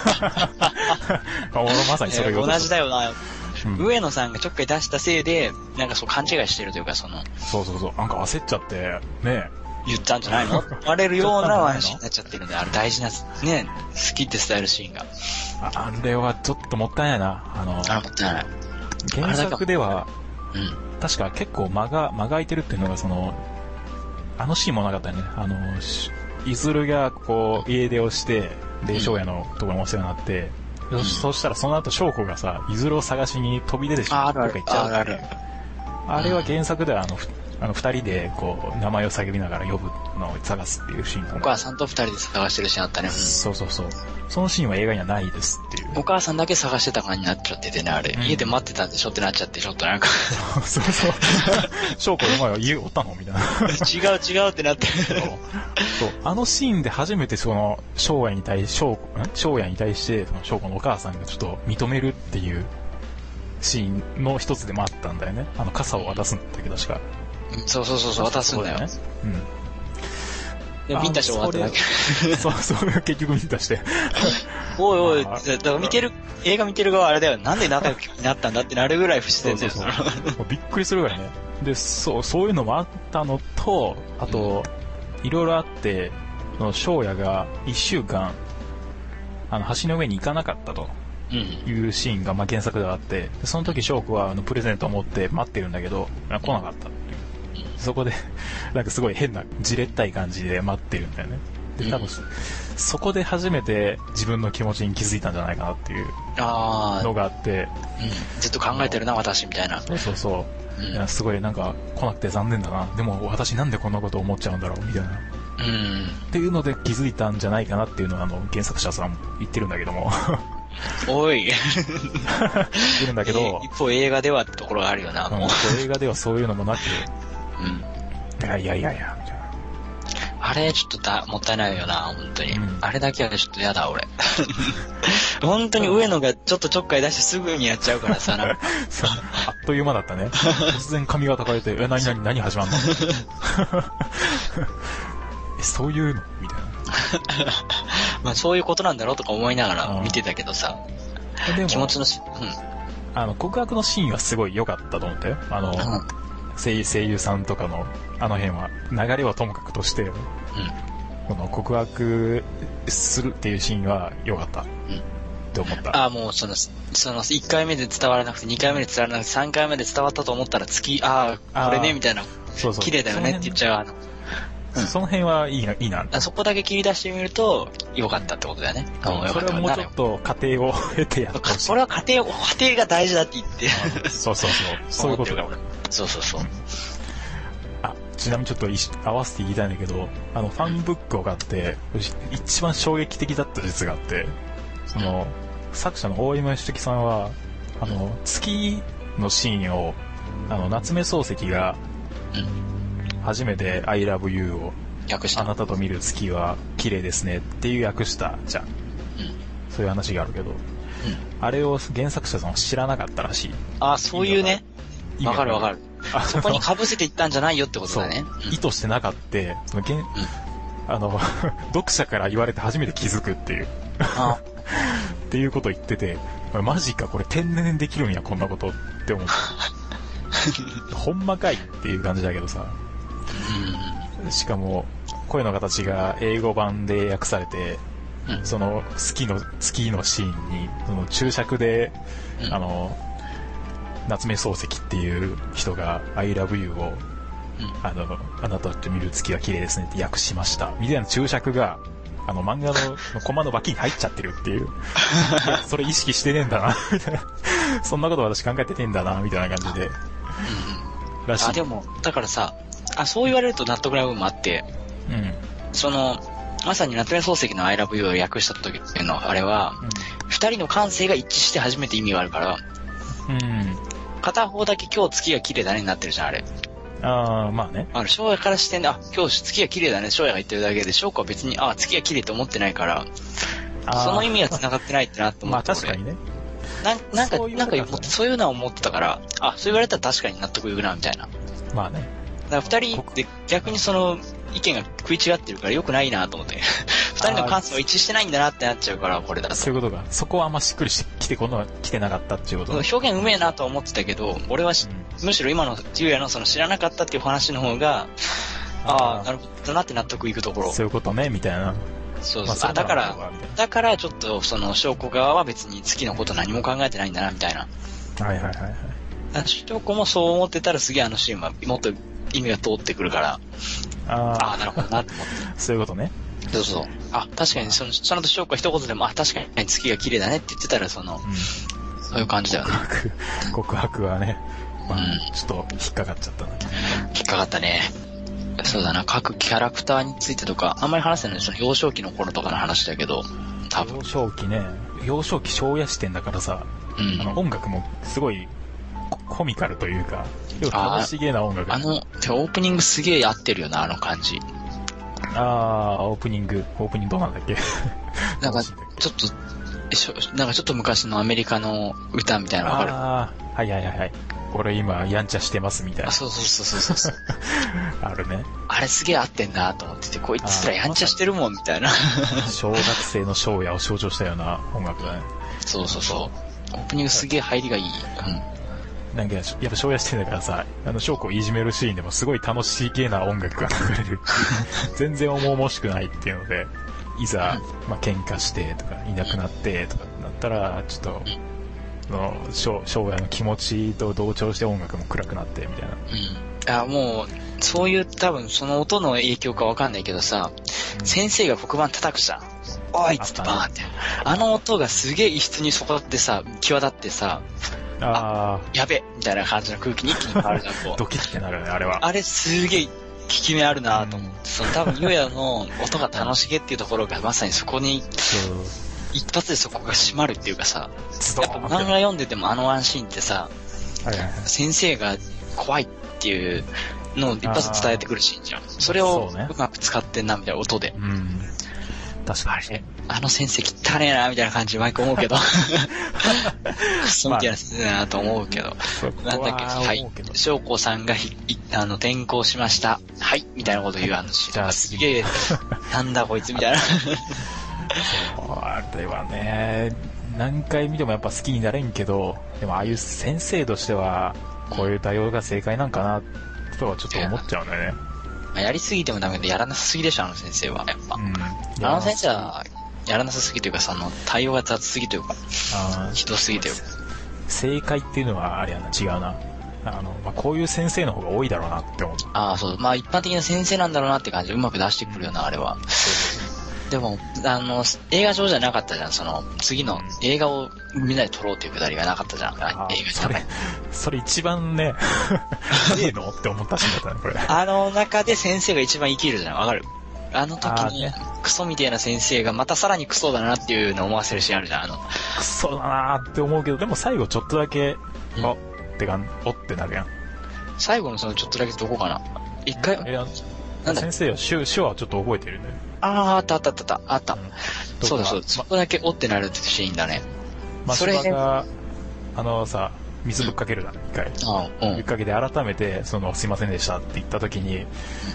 俺まさにそれ言おうとした。 同じだよな。上野さんがちょっかい出したせいで、なんかそう勘違いしてるというか、そう。 なんか焦っちゃって、ね。 言ったんじゃないの？言われるようなワンシーンになっちゃってるんで、あれ大事な、ね、好きって伝えるシーンが。 あれはちょっともったいないな。 もったいない。 原作では、確か結構間が空いてるっていうのがあのシーンもなかったよね。いずるがこう家出をして、で、翔也のところにお世話になって、そしたらその後翔子がさ、いずるを探しに飛び出てしまうとか言っちゃう。あれは原作では二人でこう名前を叫びながら呼ぶのを探すっていうシーンなんだ。 お母さんと二人で探してるシーンあったね。 そう。そのシーンは映画にはないですっていう。 お母さんだけ探してた感じになっちゃっててね、あれ。家で待ってたんでしょってなっちゃって、ちょっとなんか。 そう。翔子お前は家おったのみたいな。 違うってなって。 そう。あのシーンで初めて翔也に対して、翔子のお母さんがちょっと認めるっていうシーンの一つでもあったんだよね。傘を渡すんだけどしか。 そう、渡すんだよ。で、ビンタして終わっただけ。 そう、結局ビンタして。 おい、だから映画見てる側はあれだよ。なんで仲良くなったんだってなるぐらい不自然だよ。 そうびっくりするぐらいね。で、そういうのもあったのと、あと、いろいろあって、翔也が1週間、橋の上に行かなかったと。いうシーンが原作ではあって、その時翔子はプレゼントを持って待ってるんだけど、来なかったっていう。そこで、なんかすごい変な、じれったい感じで待ってるんだよね。で、多分、そこで初めて自分の気持ちに気づいたんじゃないかなっていうのがあって、 ずっと考えてるな、私、みたいな。 そう。いや、すごいなんか来なくて残念だな。でも私なんでこんなこと思っちゃうんだろうみたいな。っていうので気づいたんじゃないかなっていうのは原作者さんも言ってるんだけども。 おい。 言ってるんだけど。 一方映画ではってところがあるよな。 映画ではそういうのもなく。いや、みたいな。 あれちょっともったいないよな、本当に。あれだけはちょっとやだ、俺。本当に上野がちょっとちょっかい出してすぐにやっちゃうからさ、なんか。 あっという間だったね。突然髪が高いて、何始まんのそういうのみたいな。 まあそういうことなんだろうとか思いながら見てたけどさ。気持ちの告白のシーンはすごい良かったと思ったよ。声優さんとかの辺は流れはともかくとして、この告白するっていうシーンは良かったって思った。 もうその1回目で伝わらなくて2回目で伝わらなくて3回目で伝わったと思ったらこれねみたいな、綺麗だよねって言っちゃう。 その辺はいいな。 そこだけ切り出してみると良かったってことだよね。 それはもうちょっと過程を経てやってほしい。 それは過程が大事だって言って。 そう。そういうことだよ。 そう。 ちなみにちょっと合わせて言いたいんだけど、ファンブックを買って、一番衝撃的だった実があって、作者の大山義樹さんは、月のシーンを夏目漱石が、初めて I love you を、 訳した。 あなたと見る月は綺麗ですねっていう訳したじゃん。そういう話があるけど、あれを原作者さんは知らなかったらしい。 あ、そういうね。わかるわかる。そこに被せていったんじゃないよってことだね。 意図してなかった、読者から言われて初めて気づくっていう。っていうことを言ってて、マジかこれ天然できるんやこんなことって思って。ほんまかいっていう感じだけどさ。しかも声の形が英語版で訳されて、その月のシーンにその注釈で、夏目漱石っていう人が I love you を、あなたと見る月は綺麗ですねって訳しましたみたいな注釈が漫画のコマの脇に入っちゃってるっていうそれ意識してねえんだなみたいなそんなこと私考えてねえんだなみたいな感じで、 らしい。でもだからさ、そう言われると納得な部分もあって、まさに夏目漱石の I love you を訳した時っていうのはあれは、二人の感性が一致して初めて意味があるから、片方だけ今日月が綺麗だねになってるじゃん、あれ。 まあね。 翔也から視点で、今日月が綺麗だね、翔也が言ってるだけで、翔子は別に、月が綺麗と思ってないから、その意味は繋がってないってなって思って。 まあ確かにね。 なんかそういうのは思ってたから、そう言われたら確かに納得いくな、みたいな。 まあね。 だから二人で逆にその意見が食い違ってるから良くないなと思って。二人の感性は一致してないんだなってなっちゃうから、これだと。 そういうことか。そこはあんましっくりして来てなかったっていうこと。 表現うめえなと思ってたけど、俺はむしろ今のゆうやのその知らなかったっていう話の方が、なるほどなって納得いくところ。 そういうことね、みたいな。 そうそう。だからちょっとその証拠側は別に月のこと何も考えてないんだな、みたいな。 はいはいはいはい。 証拠もそう思ってたらすげえあのシーンはもっと意味が通ってくるから、なるほどなって思って。 そういうことね。 そうそう。確かにそのと証拠は一言でも、確かに月が綺麗だねって言ってたら、そういう感じだよね。 告白はね、ちょっと引っかかっちゃったな。 引っかかったね。そうだな、各キャラクターについてとか、あんまり話せないその幼少期の頃とかの話だけど、多分。 幼少期ね、幼少期昭和視点だからさ、音楽もすごいコミカルというか、楽しげな音楽。 オープニングすげえ合ってるよな、あの感じ。 オープニングどうなんだっけなんか、ちょっと昔のアメリカの歌みたいなのわかる？ はいはいはいはい。俺今やんちゃしてますみたいな。 そう。 あるね。 あれすげえ合ってんなと思ってて、こいつらやんちゃしてるもんみたいな。 小学生の翔也を象徴したような音楽だね。 そう。オープニングすげえ入りがいい。 なんか、やっぱ翔也視点だからさ、翔子をいじめるシーンでもすごい楽しげな音楽が流れる。全然重々しくないっていうので、いざ、喧嘩してとか、いなくなってとかなったら、ちょっと、翔也の気持ちと同調して音楽も暗くなってみたいな。 もう、そういう多分その音の影響かわかんないけどさ、先生が黒板叩くじゃん。おいっつってバーンって。あの音がすげえ異質にそこってさ、際立ってさ、やべみたいな感じの空気に一気に変わるじゃん、こう。 ドキってなるよね、あれは。 あれすげえ効き目あるなと思って、多分、ゆうやの音が楽しげっていうところがまさにそこに、一発でそこが閉まるっていうかさ、やっぱ漫画読んでてもあのワンシーンってさ、先生が怖いっていうのを一発伝えてくるシーンじゃん。それをうまく使ってんな、みたいな音で。 確かに。 あの先生汚ねえな、みたいな感じで毎回思うけど。クソみたいな先生だなと思うけど。なんだっけ、はい。翔子さんが転校しました。はい。みたいなこと言うじゃあすげえ、なんだこいつみたいな。 あれはね、何回見てもやっぱ好きになれんけど、でもああいう先生としては、こういう対応が正解なんかな、とはちょっと思っちゃうんだよね。 やりすぎてもダメで、やらなさすぎでしょ、あの先生は。やっぱ。あの先生は、やらなさすぎというか、対応が雑すぎというか、ひどすぎというか。 正解っていうのは、あれやな、違うな。こういう先生の方が多いだろうなって思う。 そう。一般的な先生なんだろうなって感じでうまく出してくるよな、あれは。でも、映画上じゃなかったじゃん、次の映画をみんなで撮ろうというくだりがなかったじゃん、映画それ一番ね、いいのって思ったシーンだったね、これ。 あの中で先生が一番生きるじゃん、わかる？あの時に、クソみたいな先生がまたさらにクソだなっていうのを思わせるシーンあるじゃん、 クソだなーって思うけど、でも最後ちょっとだけ、おってなるやん。 最後のそのちょっとだけどこかな。一回、 なんだ先生は手話ちょっと覚えてるね。 あった。そうだ。そこだけおってなるってシーンだね。 それが、水ぶっかけるな、一回。ぶっかけて改めて、すいませんでしたって言った時に、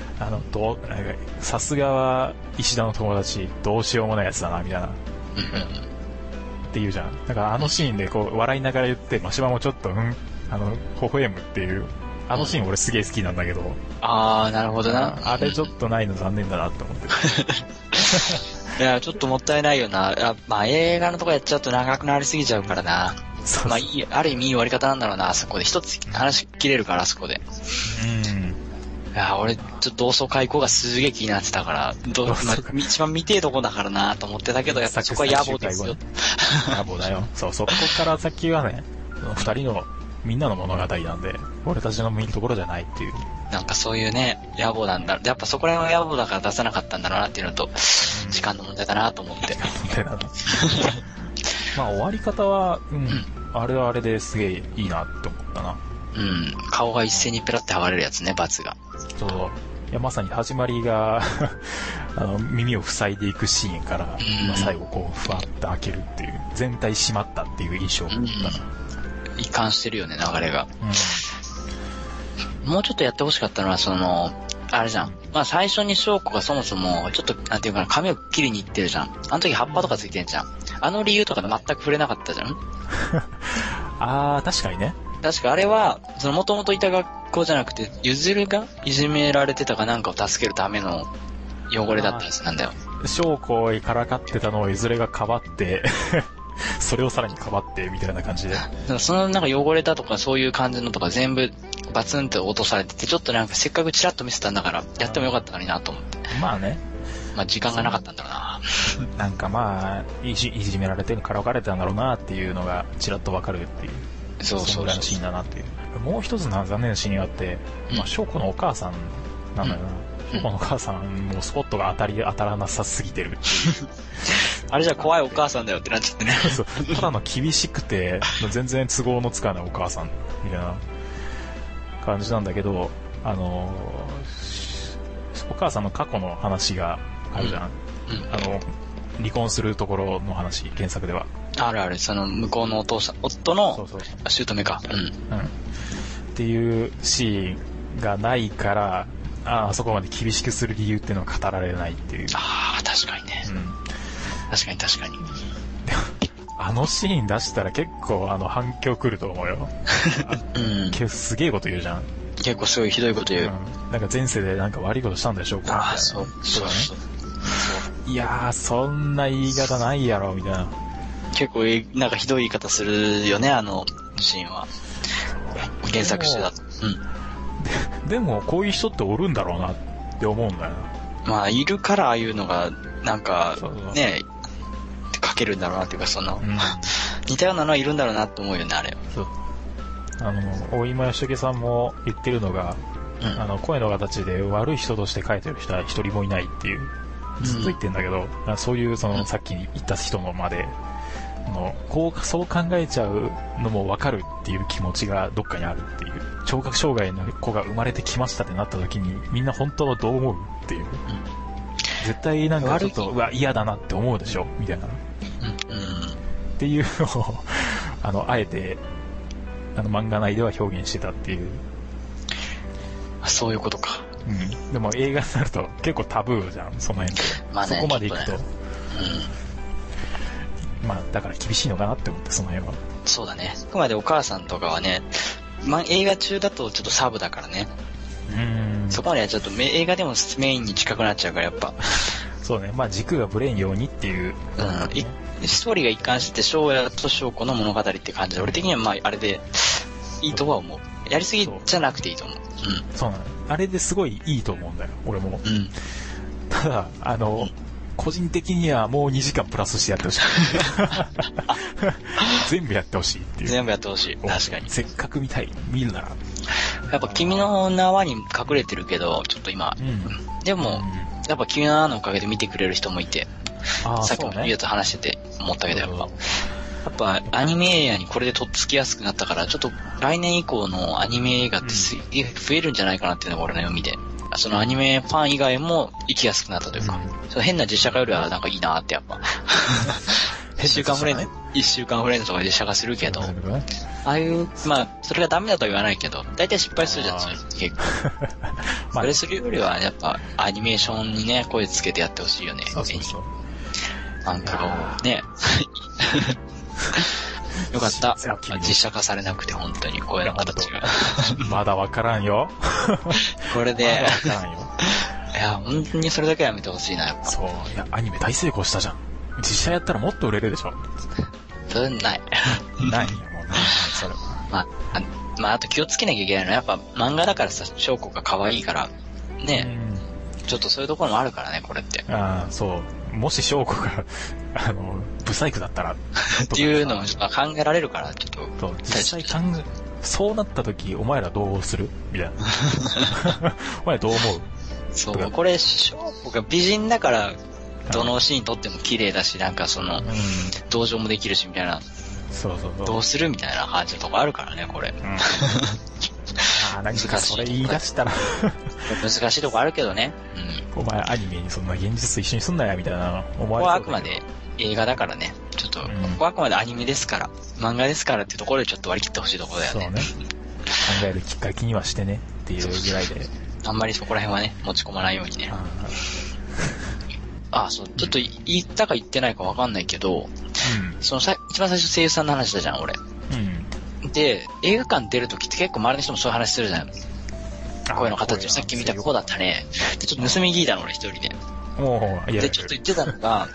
さすがは石田の友達、どうしようもないやつだな、みたいな。って言うじゃん。だからシーンでこう、笑いながら言って、真島もちょっと、微笑むっていう、シーン俺すげえ好きなんだけど。 なるほどな。 あれちょっとないの残念だなって思ってる。 いや、ちょっともったいないよな。映画のとこやっちゃうと長くなりすぎちゃうからな。ある意味いい終わり方なんだろうな、あそこで。一つ話切れるから、あそこで。いや、俺、ちょっと同窓会行がすげえ気になってたから、一番見てえとこだからなと思ってたけど、やっぱそこは野暮ですよ。 野暮だよ。そう、そこから先はね、二人の、みんなの物語なんで、俺たちの見るところじゃないっていう。 なんかそういうね、野暮なんだ。やっぱそこら辺は野暮だから出さなかったんだろうなっていうのと、時間の問題だなと思って。 終わり方は、あれはあれですげえいいなって思ったな。 顔が一斉にペラって剥がれるやつね、罰が。 そう。いや、まさに始まりが、耳を塞いでいくシーンから、最後こう、ふわっと開けるっていう、全体閉まったっていう印象だったな。 一貫してるよね、流れが。もうちょっとやってほしかったのは、あれじゃん。最初に翔子がそもそも、ちょっと、なんていうかな、髪を切りに行ってるじゃん。あの時葉っぱとかついてんじゃん。あの理由とかで全く触れなかったじゃん。 確かにね。 確かあれは、元々いた学校じゃなくて、ゆずるがいじめられてたかなんかを助けるための汚れだったやつなんだよ。 翔子にからかってたのをいずれがかばって、それをさらにかばって、みたいな感じで。 そのなんか汚れたとかそういう感じのとか全部バツンって落とされてて、ちょっとなんかせっかくチラッと見せたんだから、やってもよかったのになと思って。時間がなかったんだろうな。 なんかいじめられてるからかれてたんだろうなっていうのがチラッとわかるっていう。そうぐらいのシーンだなっていう。もう一つ残念なシーンがあって、翔子のお母さんなんだよな。翔子のお母さんもスポットが当たらなさすぎてるっていう。 あれじゃ怖いお母さんだよってなっちゃってね。 そう。ただの厳しくて、全然都合のつかないお母さんみたいな感じなんだけど、お母さんの過去の話があるじゃん。離婚するところの話、原作では。 ある、向こうの夫の姑か。 っていうシーンがないから、あそこまで厳しくする理由っていうのは語られないっていう。 確かにね。確かに。 あのシーン出したら結構反響来ると思うよ。すげえこと言うじゃん。 結構すごいひどいこと言う。 なんか前世でなんか悪いことしたんでしょうか。 そう。 いやー、そんな言い方ないやろ、みたいな。 結構なんかひどい言い方するよね、あのシーンは。原作してだと。 でも、こういう人っておるんだろうなって思うんだよな。いるからああいうのが、なんか、ね、書けるんだろうなっていうか、似たようなのはいるんだろうなって思うよね、あれ。 そう。大今義之さんも言ってるのが、声の形で悪い人として書いてる人は一人もいないっていう、ずっと言ってんだけど、そういうさっき言った人のまで、そう考えちゃうのも分かるっていう気持ちがどっかにあるっていう。聴覚障害の子が生まれてきましたってなった時に、みんな本当はどう思うっていう。絶対なんかちょっと、嫌だなって思うでしょみたいな。っていうのを、あえて、漫画内では表現してたっていう。 そういうことか。 でも映画になると結構タブーじゃん、その辺で。そこまで行くと。だから厳しいのかなって思って、その辺は。 そうだね。あくまでお母さんとかはね、映画中だとちょっとサブだからね。そこまでやっちゃうと映画でもメインに近くなっちゃうから、やっぱ。 そうね。軸がぶれんようにっていう。 ストーリーが一貫して翔也と翔子の物語って感じで、俺的にはあれでいいとは思う。やりすぎじゃなくていいと思う。 そうなの。あれですごいいいと思うんだよ、俺も。ただ、個人的にはもう2時間プラスしてやってほしい。全部やってほしいっていう。 全部やってほしい。確かに。 せっかく見るなら。 やっぱ君の名はに隠れてるけど、ちょっと今。でも、やっぱ君の名のおかげで見てくれる人もいて、さっきもゆうと話してて思ったけど、やっぱ。 っぱアニメ映画にこれでとっつきやすくなったから、ちょっと来年以降のアニメ映画ってすげえ増えるんじゃないかなっていうのが俺の読みで。そのアニメファン以外も行きやすくなったというか、その変な実写化よりはなんかいいなってやっぱ。一週間フレンドとか実写化するけど、ああいう、まあ、それがダメだとは言わないけど、大体失敗するじゃん、それ結構。それするよりはやっぱアニメーションにね、声つけてやってほしいよね。 そうそうそう。 なんかね。よかった。実写化されなくて本当に声の形が。 まだわからんよ。 これで。 まだわからんよ。 いや、本当にそれだけはやめてほしいな、やっぱ。 そう。いや、アニメ大成功したじゃん。実写やったらもっと売れるでしょ。 それない。 ないよ、もうない。それは。 まあ、あと気をつけなきゃいけないのは、やっぱ漫画だからさ、翔子が可愛いから、ね、ちょっとそういうところもあるからね、これって。 ああ、そう。もし翔子が、ブサイクだったら。 っていうのも考えられるから、ちょっと。 そう、実際そうなった時、お前らどうするみたいな。お前らどう思うそう、これ、翔子が美人だから、どのシーン撮っても綺麗だし、なんかその、同情もできるし、みたいな。 そう。 どうするみたいな感じのとこあるからね、これ。 なんかそれ言い出したら難しいとこあるけどね。 お前アニメにそんな現実と一緒にすんなや、みたいな思われそうだけど。 ここはあくまで映画だからね。ちょっと、ここはあくまでアニメですから、漫画ですからっていうところでちょっと割り切ってほしいところだよね。 そうね。考えるきっかけにはしてね、っていうぐらいで。 あんまりそこら辺はね、持ち込まないようにね。そう、ちょっと言ったか言ってないかわかんないけど、その一番最初声優さんの話だじゃん、俺。で、映画館出るときって結構周りの人もそういう話するじゃん。声の形をさっき見たこうだったね。で、ちょっと盗み聞いたの、俺一人で。で、ちょっと言ってた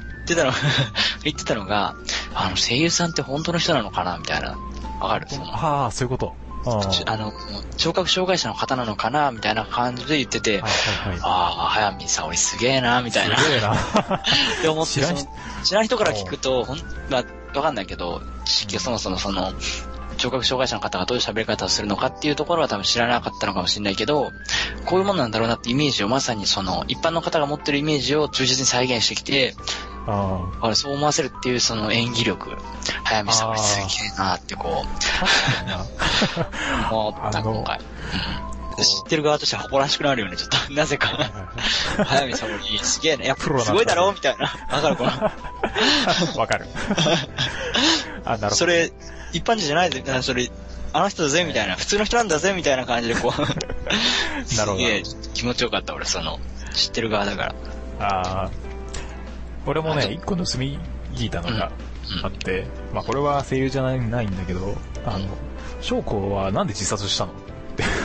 のが、声優さんって本当の人なのかなみたいな。わかる？ そういうこと。 聴覚障害者の方なのかなみたいな感じで言ってて、早見沙織すげえなみたいな。 すげえな。 って思って、知らん人から聞くと、わかんないけど、そもそもその、聴覚障害者の方がどういう喋り方をするのかっていうところは多分知らなかったのかもしれないけど、こういうものなんだろうなってイメージをまさにその、一般の方が持ってるイメージを忠実に再現してきて、そう思わせるっていうその演技力、早見沙織すげえなってこう、思った今回。知ってる側としては誇らしくなるよね、ちょっと。なぜか。早見沙織すげえな。やっぱすごいだろみたいな。わかるかな？ わかる。 なるほど。それ、一般人じゃないぜ、それ、あの人だぜみたいな、普通の人なんだぜみたいな感じでこう。なるほど。すげえ気持ちよかった、俺、その、知ってる側だから。 俺もね、一個盗み聞いたのがあって、まあこれは声優じゃないんだけど、翔子はなんで自殺したのっていう。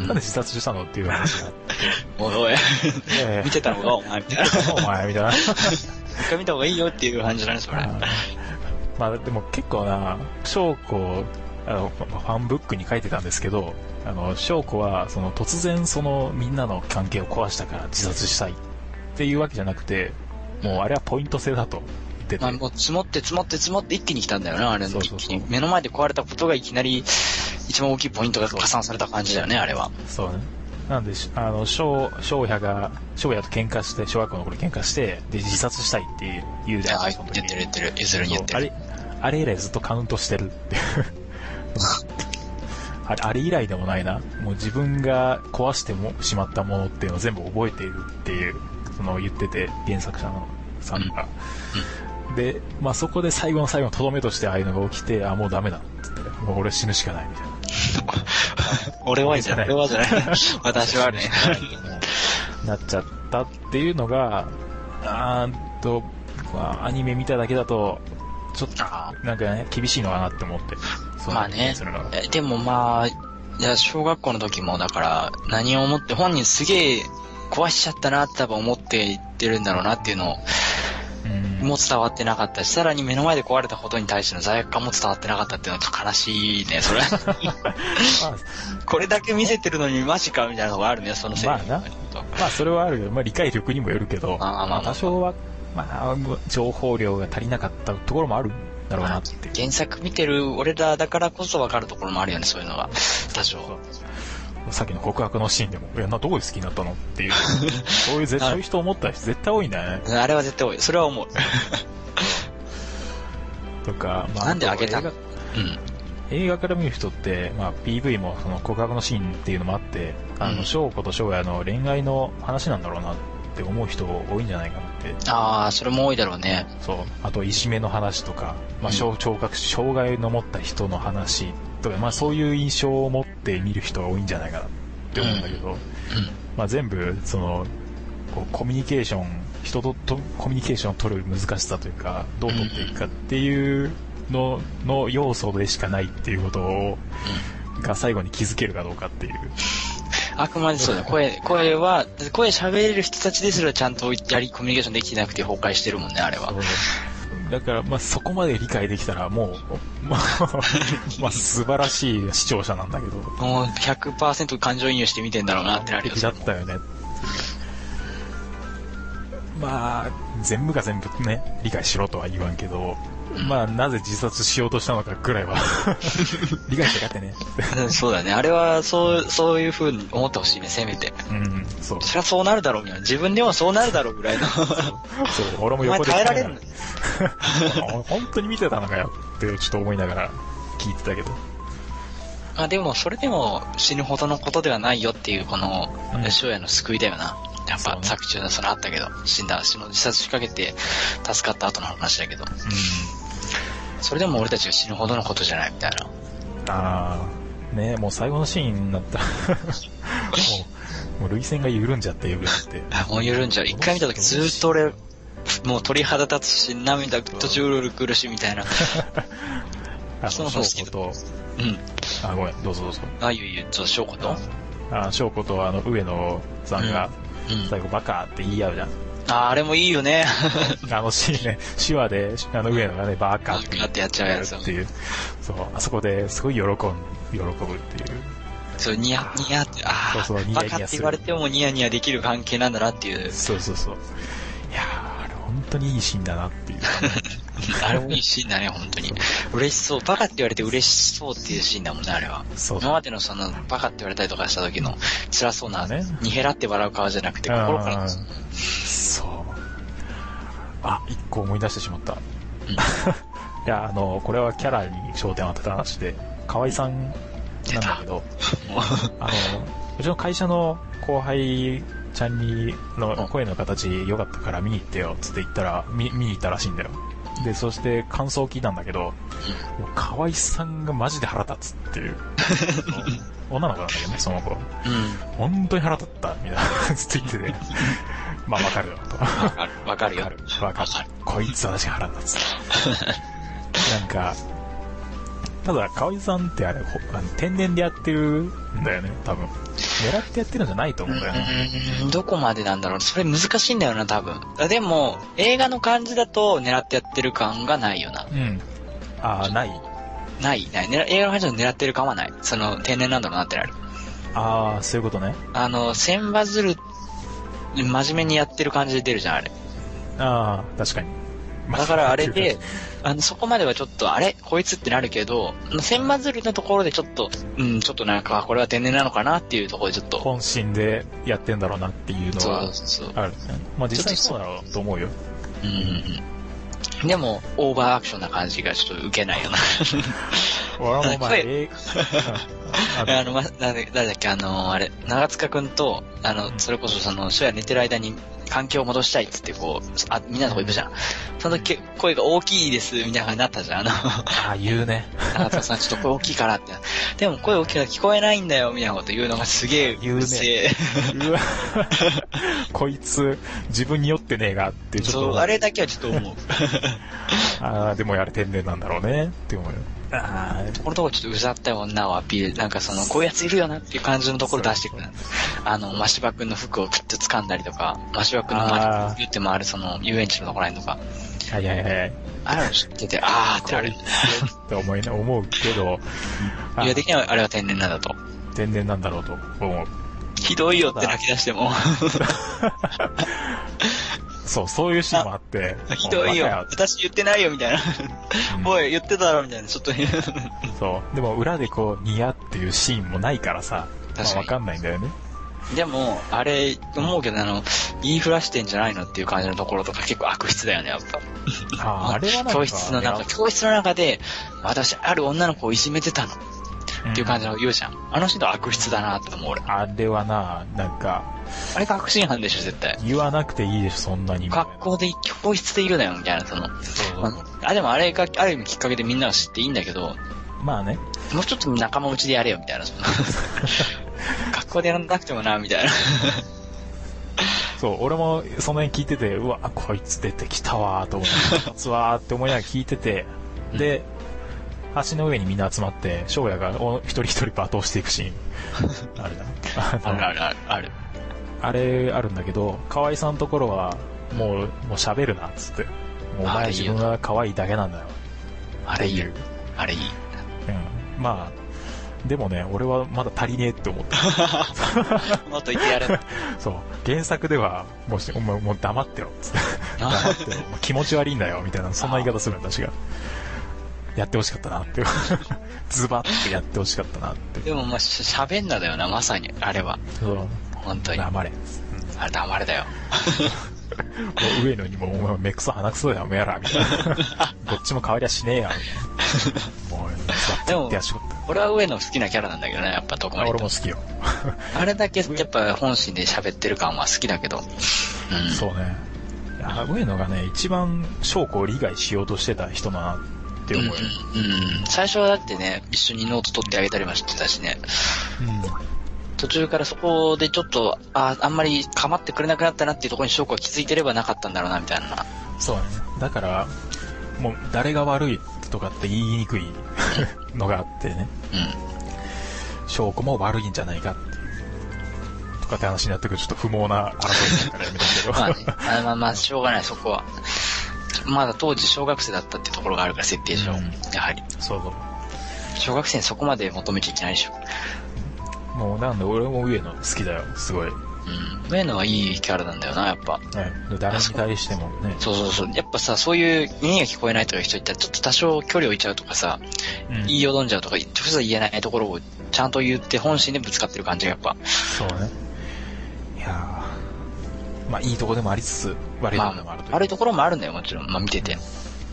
なんで自殺したのっていう話があって。 おい、見てたのかお前みたいな。 お前みたいな。 一回見た方がいいよっていう感じなんですよね。 まあでも結構な、翔子、ファンブックに書いてたんですけど、翔子はその突然そのみんなの関係を壊したから自殺したいっていうわけじゃなくて、もうあれはポイント制だと言ってて。 もう積もって一気に来たんだよな、あれの一気に。目の前で壊れたことがいきなり一番大きいポイントが加算された感じだよね、あれは。 そうね。なんで、翔也と喧嘩して、小学校の頃喧嘩して、で、自殺したいって言うじゃん。 言ってる。譲るに言ってる。 あれ以来ずっとカウントしてるっていう。あれ以来でもないな。もう自分が壊してしまったものっていうのを全部覚えているっていう、言ってて、原作者のさんが。で、まあそこで最後の最後のとどめとしてああいうのが起きて、もうダメだっつって、もう俺死ぬしかないみたいな。 俺はじゃない。私はね。 なっちゃったっていうのが、アニメ見ただけだと、ちょっと、なんかね、厳しいのかなって思って。 まあね。でもまあ、小学校の時もだから、何を思って、本人すげえ壊しちゃったなって多分思って言ってるんだろうなっていうのを、も伝わってなかったし、さらに目の前で壊れたことに対しての罪悪感も伝わってなかったっていうのはちょっと悲しいね、それ。これだけ見せてるのにマジかみたいなのがあるね、そのせい。 まあそれはあるよ。まあ理解力にもよるけど、多少は、情報量が足りなかったところもあるんだろうなって。 原作見てる俺らだからこそ分かるところもあるよね、そういうのが。多少。 さっきの告白のシーンでも、どこで好きになったのっていう、そういう人思った人絶対多いんだよね。 あれは絶対多い。それは思う。 っとか、まあ、 なんであげたの？ 映画から見る人って、まあ、PV もその告白のシーンっていうのもあって、翔子と翔也の恋愛の話なんだろうなって思う人多いんじゃないかなって。 ああ、それも多いだろうね。 そう。あと、いじめの話とか、まあ、聴覚障害の持った人の話とか、まあ、そういう印象を持って見る人が多いんじゃないかなって思うんだけど、まあ、全部、その、コミュニケーション、人とコミュニケーションを取る難しさというか、どう取っていくかっていうの要素でしかないっていうことを、が最後に気づけるかどうかっていう。 あくまでそうだ。声喋れる人たちですらちゃんとコミュニケーションできてなくて崩壊してるもんね、あれは。 だから、まあ、そこまで理解できたら、もう、まあ、素晴らしい視聴者なんだけど。 もう 100% 感情移入して見てんだろうなってなるよ。 だったよね。まあ、全部が全部ね、理解しろとは言わんけど、まあ、なぜ自殺しようとしたのかぐらいは理解してかってね。 そうだね。あれは、そういう風に思ってほしいね、せめて。 そう。 そりゃそうなるだろうみたいな。自分でもそうなるだろうぐらいの。そう、 俺も横で。 お前耐えられるの本当に見てたのかよってちょっと思いながら聞いてたけど。 まあでも、それでも死ぬほどのことではないよっていう、この、翔也の救いだよな。やっぱ作中でそれあったけど、自殺しかけて助かった後の話だけど、それでも俺たちが死ぬほどのことじゃないみたいな。ねえ、もう最後のシーンになったらもう涙腺が緩んじゃってもう緩んじゃう。一回見た時ずっと俺もう鳥肌立つし、涙途中うるくるしみたいな。 翔子と、ごめん、どうぞ。 いいよ、翔子と翔子と上野さんが、最後バカって言い合うじゃん。 あれもいいよね。 シーンね、手話で、上野がね、バカってやっちゃうやつっていう。そう、あそこですごい喜ぶっていう。 そう、ニヤニヤって、 そうニヤニヤする。 バカって言われてもニヤニヤできる関係なんだなっていう。 そう。いやー、あれ本当にいいシーンだなっていう。 あれもいいシーンだね、本当に。嬉しそう。バカって言われて嬉しそうっていうシーンだもんね、あれは。そう。今までのその、バカって言われたりとかした時の辛そうな、にへらって笑う顔じゃなくて、心から。 そう。一個思い出してしまった。いや、これはキャラに焦点を当てた話で、河合さんなんだけど、うちの会社の後輩ちゃんの声の形良かったから見に行ってよ、つって言ったら、見に行ったらしいんだよ。で、そして感想を聞いたんだけど、河合さんがマジで腹立つっていう。女の子なんだけどね、その子。本当に腹立った、みたいなずっと言ってて。まあ、わかるよ、と。 わかるよ。 わかる。こいつ私が腹立つ。なんか、ただ、河合さんってあれ、天然でやってるんだよね、多分。狙ってやってるんじゃないと思うんだよね。 どこまでなんだろう。それ難しいんだよな、多分。でも、映画の感じだと狙ってやってる感がないよな。 ない。 映画の感じだと狙ってる感はない。その、天然なんだろうなってなる。 そういうことね。 千羽鶴、真面目にやってる感じで出るじゃん、あれ。 確かに。 だからあれで、そこまではちょっと、こいつってなるけど、千羽鶴のところでちょっと、ちょっとなんか、これは天然なのかなっていうところでちょっと。 本心でやってんだろうなっていうのは、あるね。まあ実際そうだろうと思うよ。 でも、オーバーアクションな感じがちょっと受けないよな。 俺も誰だっけ、長塚くんと、それこそ翔也寝てる間に環境を戻したいっつってこう、みんなのとこ行くじゃん。その時声が大きいです、みたいな感じになったじゃん。 言うね。 長塚さんちょっと声大きいからって。でも声大きいから聞こえないんだよ、みたいなこと言うのがすげえ、 言うね。うわこいつ、自分に酔ってねえがってちょっと。 そう、あれだけはちょっと思う。でもやれ天然なんだろうね、って思うよ。 このとこちょっとうざった女をアピール、なんかこういうやついるよなっていう感じのところ出してくる。マシバくんの服をグッと掴んだりとか、マシバくんの前に言って回る遊園地のところらへんとか。あれを知ってて、ってなる。 って思うけど。 いや、的にはあれは天然なんだと。 天然なんだろうと思う。 ひどいよって泣き出しても。 そういうシーンもあって。 ひどいよ。私言ってないよ、みたいな。おい、言ってたろ、みたいな。ちょっと。 そう。でも、裏でニヤっていうシーンもないからさ、わかんないんだよね。 でも、あれ、思うけど、言いふらしてんじゃないのっていう感じのところとか結構悪質だよね、やっぱ。 あれはなんか教室の中で、私、ある女の子をいじめてたの。っていう感じの言うじゃん。あの人は悪質だなって思う俺。 あれはな、なんか。 あれ確信犯でしょ、絶対。 言わなくていいでしょ、そんなに。 学校で、教室でいるなよ、みたいな、でもあれが、ある意味きっかけでみんなが知っていいんだけど。 まあね。 もうちょっと仲間内でやれよ、みたいな。学校でやらなくてもな、みたいな。 そう、俺もその辺聞いてて、うわ、こいつ出てきたわーと思って、こいつわーって思いながら聞いてて、で、橋の上にみんな集まって、翔也が一人一人罵倒していくシーン。あるな。 ある。 あれあるんだけど、河合さんのところは、もう喋るな、っつって。もうお前自分が可愛いだけなんだよ。 あれいい。 うん。まあ、でもね、俺はまだ足りねえって思った。 もっと言ってやる。 そう。原作では、もう黙ってろ、つって。黙ってろ。気持ち悪いんだよ、みたいな、そんな言い方するんだ、私が。やってほしかったなって。ズバッてやってほしかったなって。 でもまあ、喋んなだよな、まさに、あれは。 そう。 本当に。 黙れ。 あれ黙れだよ。 もう上野にも、お前目くそ鼻くそだよ、おめえら、みたいな。どっちも変わりゃしねえや、みたいな。もう、 でも、俺は上野好きなキャラなんだけどね、やっぱどこまで。 俺も好きよ。 あれだけ、やっぱ本心で喋ってる感は好きだけど。 そうね。上野がね、一番翔子を理解しようとしてた人だなって思うよ。 最初はだってね、一緒にノート取ってあげたりもしてたしね。途中からそこでちょっと、あんまり構ってくれなくなったなっていうところに翔子が気づいてればなかったんだろうな、みたいな。 そうね。だから、もう誰が悪いとかって言いにくいのがあってね。翔子も悪いんじゃないかっていう。とかって話になってくるちょっと不毛な争いだからやめたけど。まあ、しょうがない、そこは。まだ当時小学生だったってところがあるから、設定上。やはり。 そう。 小学生にそこまで求めちゃいけないでしょ。 もうなんで俺も上野好きだよ、すごい。 上野はいいキャラなんだよな、やっぱ。 ね、誰に対してもね。 そう。やっぱさ、そういう耳が聞こえないという人いったら、ちょっと多少距離を置いちゃうとかさ、言いよどんじゃうとか、直接言えないところをちゃんと言って本心でぶつかってる感じがやっぱ。 そうね。いやー、まあいいところでもありつつ、悪いところもあるという。 悪いところもあるんだよ、もちろん。まあ見てて。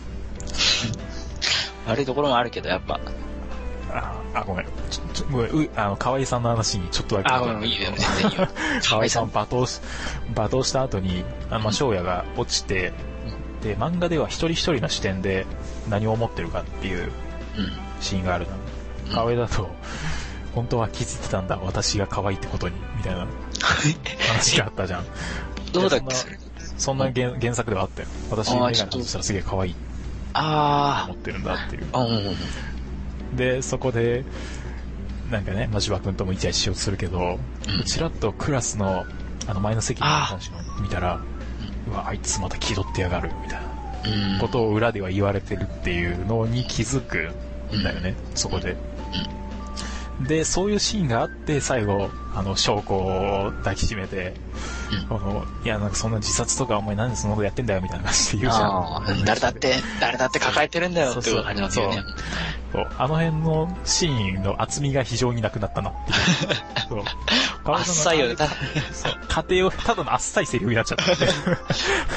悪いところもあるけど、やっぱ。 ごめん。河合さんの話にちょっとだけ。 ごめん、いいよ、全然いいよ。 河合さん罵倒した後に、翔也が落ちて、で、漫画では一人一人の視点で何を思ってるかっていうシーンがあるの。河合だと、本当は気づいてたんだ、私が可愛いってことに、みたいな話があったじゃん。 どうだっけそんな原作ではあったよ。私、メガネ外したらすげえ可愛い。思ってるんだっていう。で、そこで、なんかね、千葉君ともイチャイチャしようとするけど、ちらっとクラスの、前の席の話を見たら、うわ、あいつまた気取ってやがる、みたいなことを裏では言われてるっていうのに気づくんだよね、そこで。で、そういうシーンがあって、最後、翔子を抱きしめて、いや、なんかそんな自殺とかお前なんでそんなことやってんだよ、みたいな感じで言うじゃん。誰だって抱えてるんだよ、っていう感じなんですよね。あの辺のシーンの厚みが非常になくなったなっていう。そう。 あっさいよね。 家庭を、ただのあっさいセリフになっちゃった。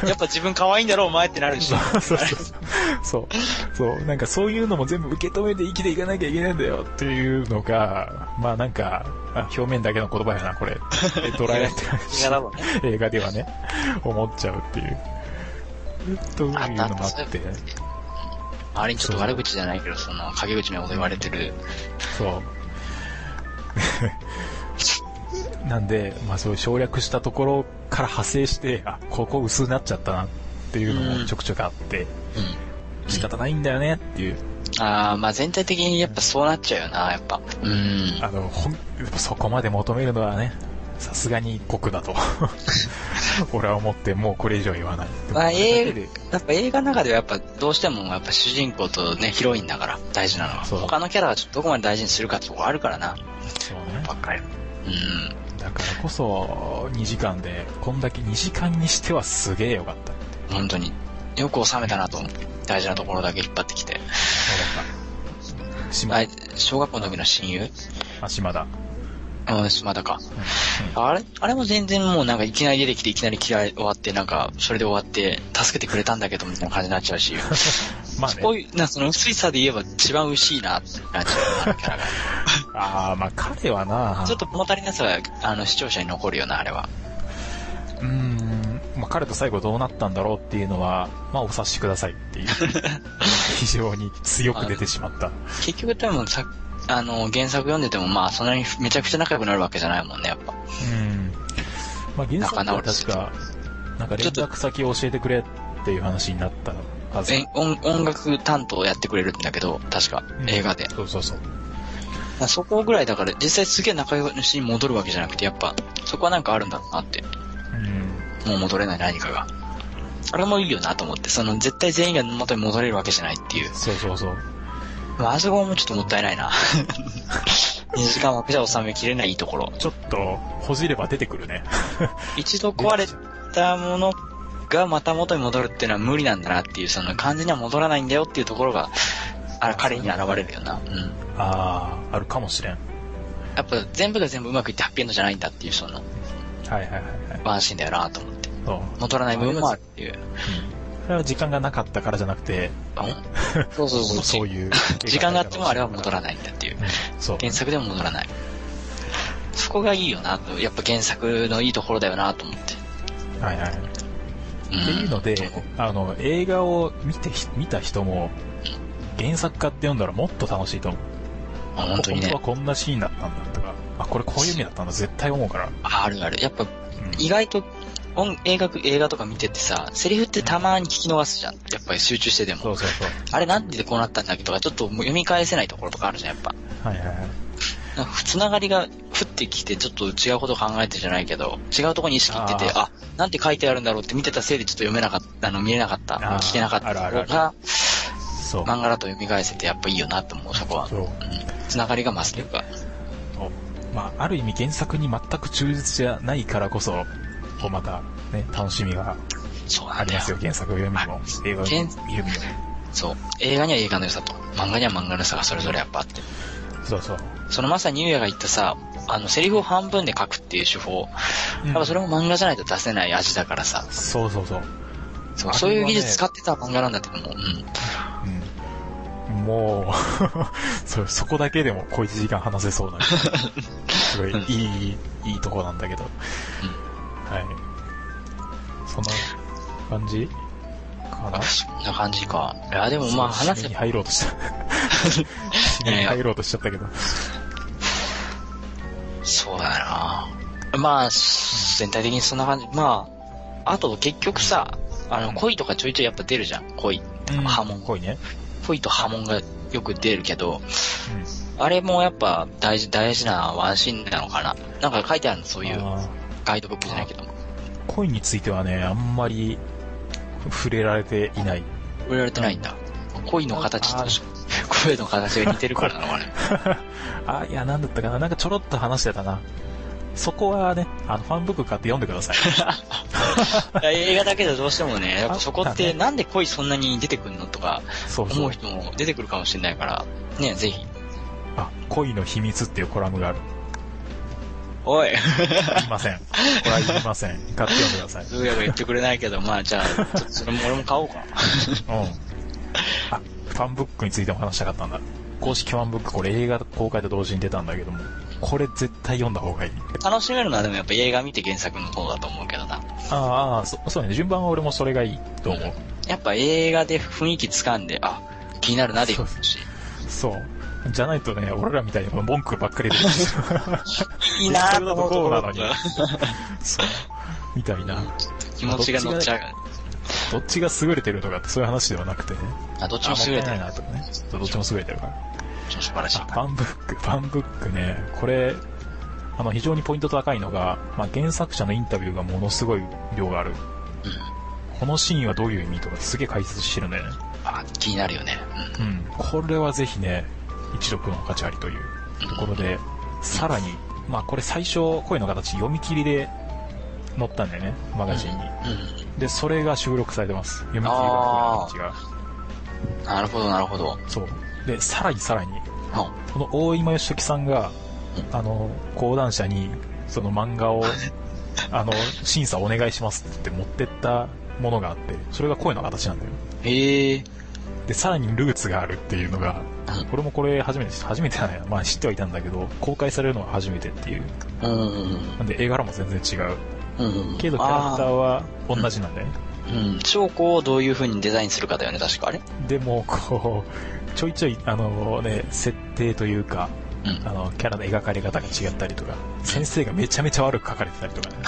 やっぱ自分可愛いんだろ、お前ってなるし。 そう。なんかそういうのも全部受け止めて生きていかなきゃいけないんだよっていうのが、まあなんか、表面だけの言葉やな、これ。捉えられてる映画ではね、思っちゃうっていう。というのもあって。 周りにちょっと悪口じゃないけど、その、陰口のこと言われてる。 そう。なんで、まあそういう省略したところから派生して、ここ薄くなっちゃったなっていうのもちょくちょくあって、仕方ないんだよねっていう。 まあ全体的にやっぱそうなっちゃうよな、やっぱ。 そこまで求めるのはね、さすがに酷だと。俺は思って、もうこれ以上言わない。 やっぱ映画の中ではやっぱどうしてもやっぱ主人公とね、ヒロインだから大事なのは。他のキャラはどこまで大事にするかってとこあるからな。 そうね。 ばっかり。 だからこそ、2時間で、こんだけ2時間にしてはすげえよかった。 本当に。よく収めたなと思う。大事なところだけ引っ張ってきて。 そうだった。 小学校の時の親友？ 島田。 島田か。あれも全然もうなんかいきなり出てきていきなり嫌い終わってなんか、それで終わって、助けてくれたんだけどみたいな感じになっちゃうし。まあね。こういう、その薄い差で言えば一番薄いなってなっちゃうキャラが。 まあ彼はなちょっと物足りなさは、視聴者に残るよな、あれは。 まあ彼と最後どうなったんだろうっていうのは、まあお察しくださいっていう。非常に強く出てしまった。 結局多分原作読んでてもまあそんなにめちゃくちゃ仲良くなるわけじゃないもんね、やっぱ。 まあ原作は確か、なんか連絡先を教えてくれっていう話になったはず。 音楽担当やってくれるんだけど、確か、映画で。 そう。 そこぐらいだから実際すげえ仲良しに戻るわけじゃなくて、やっぱ、そこはなんかあるんだろうなって。もう戻れない何かが。あれもいいよなと思って、絶対全員が元に戻れるわけじゃないっていう。 そう。 まあ、あそこもちょっともったいないな。2時間枠じゃ収めきれないところ。 ちょっと、ほじれば出てくるね。 一度壊れたものがまた元に戻るっていうのは無理なんだなっていう、完全には戻らないんだよっていうところが、彼に現れるよな。 あるかもしれん。 やっぱ全部が全部うまくいってハッピーエンドじゃないんだっていう、ワンシーンだよなと思って。戻らない部分もあるっていう。 それは時間がなかったからじゃなくて、そういう。 時間があってもあれは戻らないんだっていう。原作でも戻らない。そこがいいよなと、やっぱ原作のいいところだよなと思って。 っていうので、映画を見た人も、原作家って読んだらもっと楽しいと思う。 本当にね。 本当はこんなシーンだったんだとか、これこういう意味だったんだ絶対思うから。 ある。やっぱ、意外と、映画とか見ててさ、セリフってたまに聞き逃すじゃん。やっぱり集中してでも。 そう。 あれなんでこうなったんだっけとか、ちょっと読み返せないところとかあるじゃん、やっぱ。つながりが降ってきて、ちょっと違うこと考えてじゃないけど、違うところに意識いってて、なんて書いてあるんだろうって見てたせいでちょっと読めなかった、見れなかった、聞けなかったところが、漫画だと読み返せてやっぱいいよなって思う、そこは。つながりが増すというか。 まあ、ある意味原作に全く忠実じゃないからこそ、またね、楽しみがありますよ、原作を読みも、映画を見るにも。 そう。映画には映画の良さと、漫画には漫画の良さがそれぞれやっぱあって。そのまさにゆうやが言ったさ、セリフを半分で書くっていう手法、やっぱそれも漫画じゃないと出せない味だからさ。そういう技術使ってた漫画なんだけども。 もうそこだけでも小1時間話せそうなすごいいいとこなんだけど、そんな感じかな。 そんな感じか。いやでもまあ話せ締めに入ろうとした締めに入ろうとしちゃったけどそうだな。まあ全体的にそんな感じ。まああと結局さ、恋とかちょいちょいやっぱ出るじゃん。恋、波紋。恋と波紋がよく出るけど、あれもやっぱ大事なワンシーンなのかな。なんか書いてあるの、そういうガイドブックじゃないけど。 恋についてはね、あんまり触れられていない。 触れられてないんだ。恋の形と声の形が似てるからなのかね。 いや、なんだったかな。なんかちょろっと話してたな。そこはね、ファンブック買って読んでください。 映画だけでどうしてもね、やっぱそこってなんで恋そんなに出てくるのとか思う人も出てくるかもしれないから、ね、ぜひ。 恋の秘密っていうコラムがある。 おい。 言いません。これは言いません。買って読んでください。 うやが言ってくれないけど、まあじゃあ、それも俺も買おうか。 ファンブックについても話したかったんだ。公式ファンブック、これ映画公開と同時に出たんだけども、これ絶対読んだ方がいい。 楽しめるのはでもやっぱ映画見て原作の方だと思うけどな。 そうね。順番は俺もそれがいいと思う。 やっぱ映画で雰囲気掴んで、気になるなで言うし。 そう。じゃないとね、俺らみたいに文句ばっかり出てる。 いいなぁ。 それだとこうなのに。そう。みたいな。 気持ちが乗っちゃう。 どっちが優れてるとかってそういう話ではなくてね。 どっちも優れてるなとかね。どっちも優れてるから。 素晴らしい。 ファンブックね、これ、非常にポイント高いのが、原作者のインタビューがものすごい量がある。このシーンはどういう意味とかすげえ解説してるんだよね。 気になるよね。 これはぜひね、一読の価値ありというところで、さらに、これ最初、声の形読み切りで載ったんだよね、マガジンに。で、それが収録されてます。読み切りが声の形が。 なるほど。 そう。で、さらに、この大今義時さんが、 講談社に、その漫画を、審査お願いしますって持ってったものがあって、それが声の形なんだよ。 で、 さらにルーツがあるっていうのが、これ初めてじゃないな。まあ知ってはいたんだけど、公開されるのは初めてっていう。なんで絵柄も全然違う。けどキャラクターは同じなんだよね。 証拠をどういう風にデザインするかだよね、確かあれ。 でも、ちょいちょい、設定というか、キャラの描かれ方が違ったりとか、先生がめちゃめちゃ悪く描かれてたりとかね。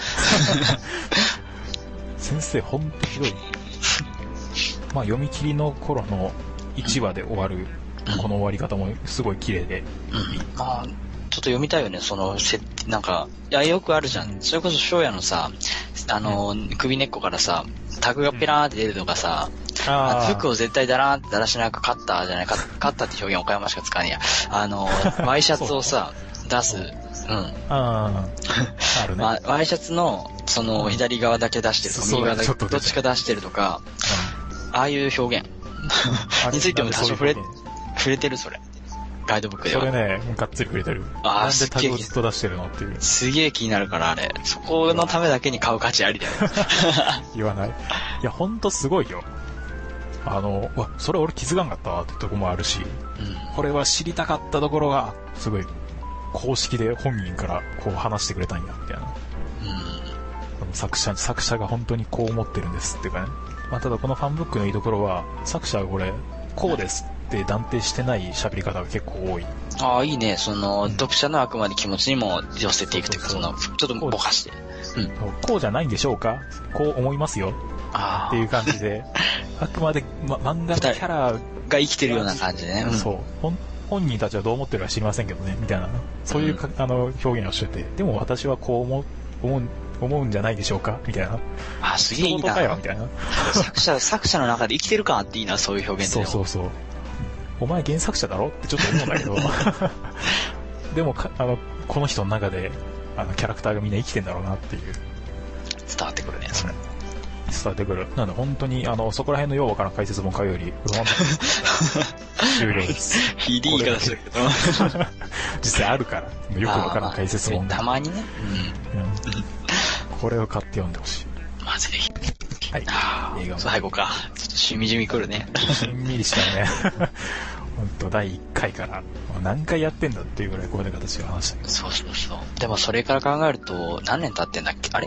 先生ほんとひどい。まあ読み切りの頃の1話で終わる、この終わり方もすごい綺麗で。 まあ、ちょっと読みたいよね、その設定、なんか、よくあるじゃん。それこそ翔也のさ、首根っこからさ、タグがペラーって出るとかさ、服を絶対だらーってだらしなくカッターじゃない、カッターって表現岡山しか使わねえや。ワイシャツをさ、出す。 あるね。 ワイシャツの、その、左側だけ出してるとか、右側だけどっちか出してるとか、ああいう表現についても多少触れてる、それ。ガイドブックでは。 それね、がっつり触れてる。なんでタグをずっと出してるのっていう。 すげえ気になるから、あれ。そこのためだけに買う価値ありだよ。 言わない。いや、ほんとすごいよ。それ俺気づかんかったわってとこもあるし、これは知りたかったところが、すごい、公式で本人からこう話してくれたんや、みたいな。作者が本当にこう思ってるんですっていうかね。まあ、ただこのファンブックのいいところは、作者はこれ、こうですって断定してない喋り方が結構多い。 ああ、いいね。読者のあくまで気持ちにも寄せていくというか、ちょっとぼかして。 こうじゃないんでしょうか？こう思いますよ。っていう感じで、あくまで、漫画のキャラが生きてるような感じでね。 そう。本人たちはどう思ってるか知りませんけどね、みたいな。そういう表現をしてて、でも私はこう思うんじゃないでしょうかみたいな。 すげえいいな。 みたいな。 作者の中で生きてる感あっていいな、そういう表現で。 そう。お前原作者だろってちょっと思うんだけど。でもこの人の中で、キャラクターがみんな生きてんだろうなっていう。 伝わってくるね、それ。 伝わってくる。なので本当に、そこら辺のようわからん解説本買うより、終了です。 いい言い方してるけど。 実際あるから、よくわからん解説本。 たまにね。 これを買って読んでほしい。 まずぜひ。 はい。 映画も最後か。ちょっとしみじみくるね。 しんみりしたね。本当第1回から何回やってんだっていうぐらいこういう形で話したけど。 そう。でもそれから考えると、何年経ってんだっけ？あれ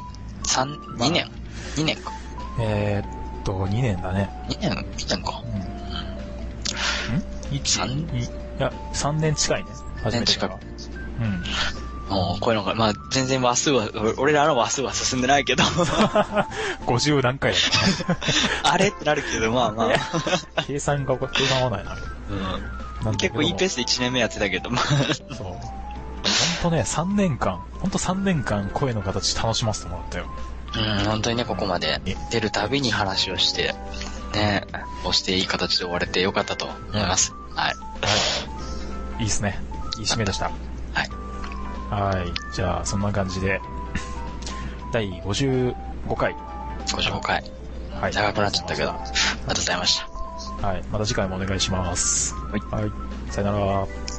?2 年 ?2 年か。 2年だね。 2年か。 3年近いね。 初めてから。もう、こういうのが、まあ、全然俺らの話数は進んでないけど。 50何回だから。あれってなるけど、まあ。 計算が合わないな。 結構いいペースで1年目やってたけど、 そう。ほんとね、3年間声の形楽しませてもらったよ。 本当にね、ここまで出るたびに話をして、ね、こうしていい形で終われてよかったと思います。はい。 いいっすね。いい締めでした。はい。じゃあ、そんな感じで、第55回。 55回。はい。長くなっちゃったけど、ありがとうございました。 はい。また次回もお願いします。はい。さよなら。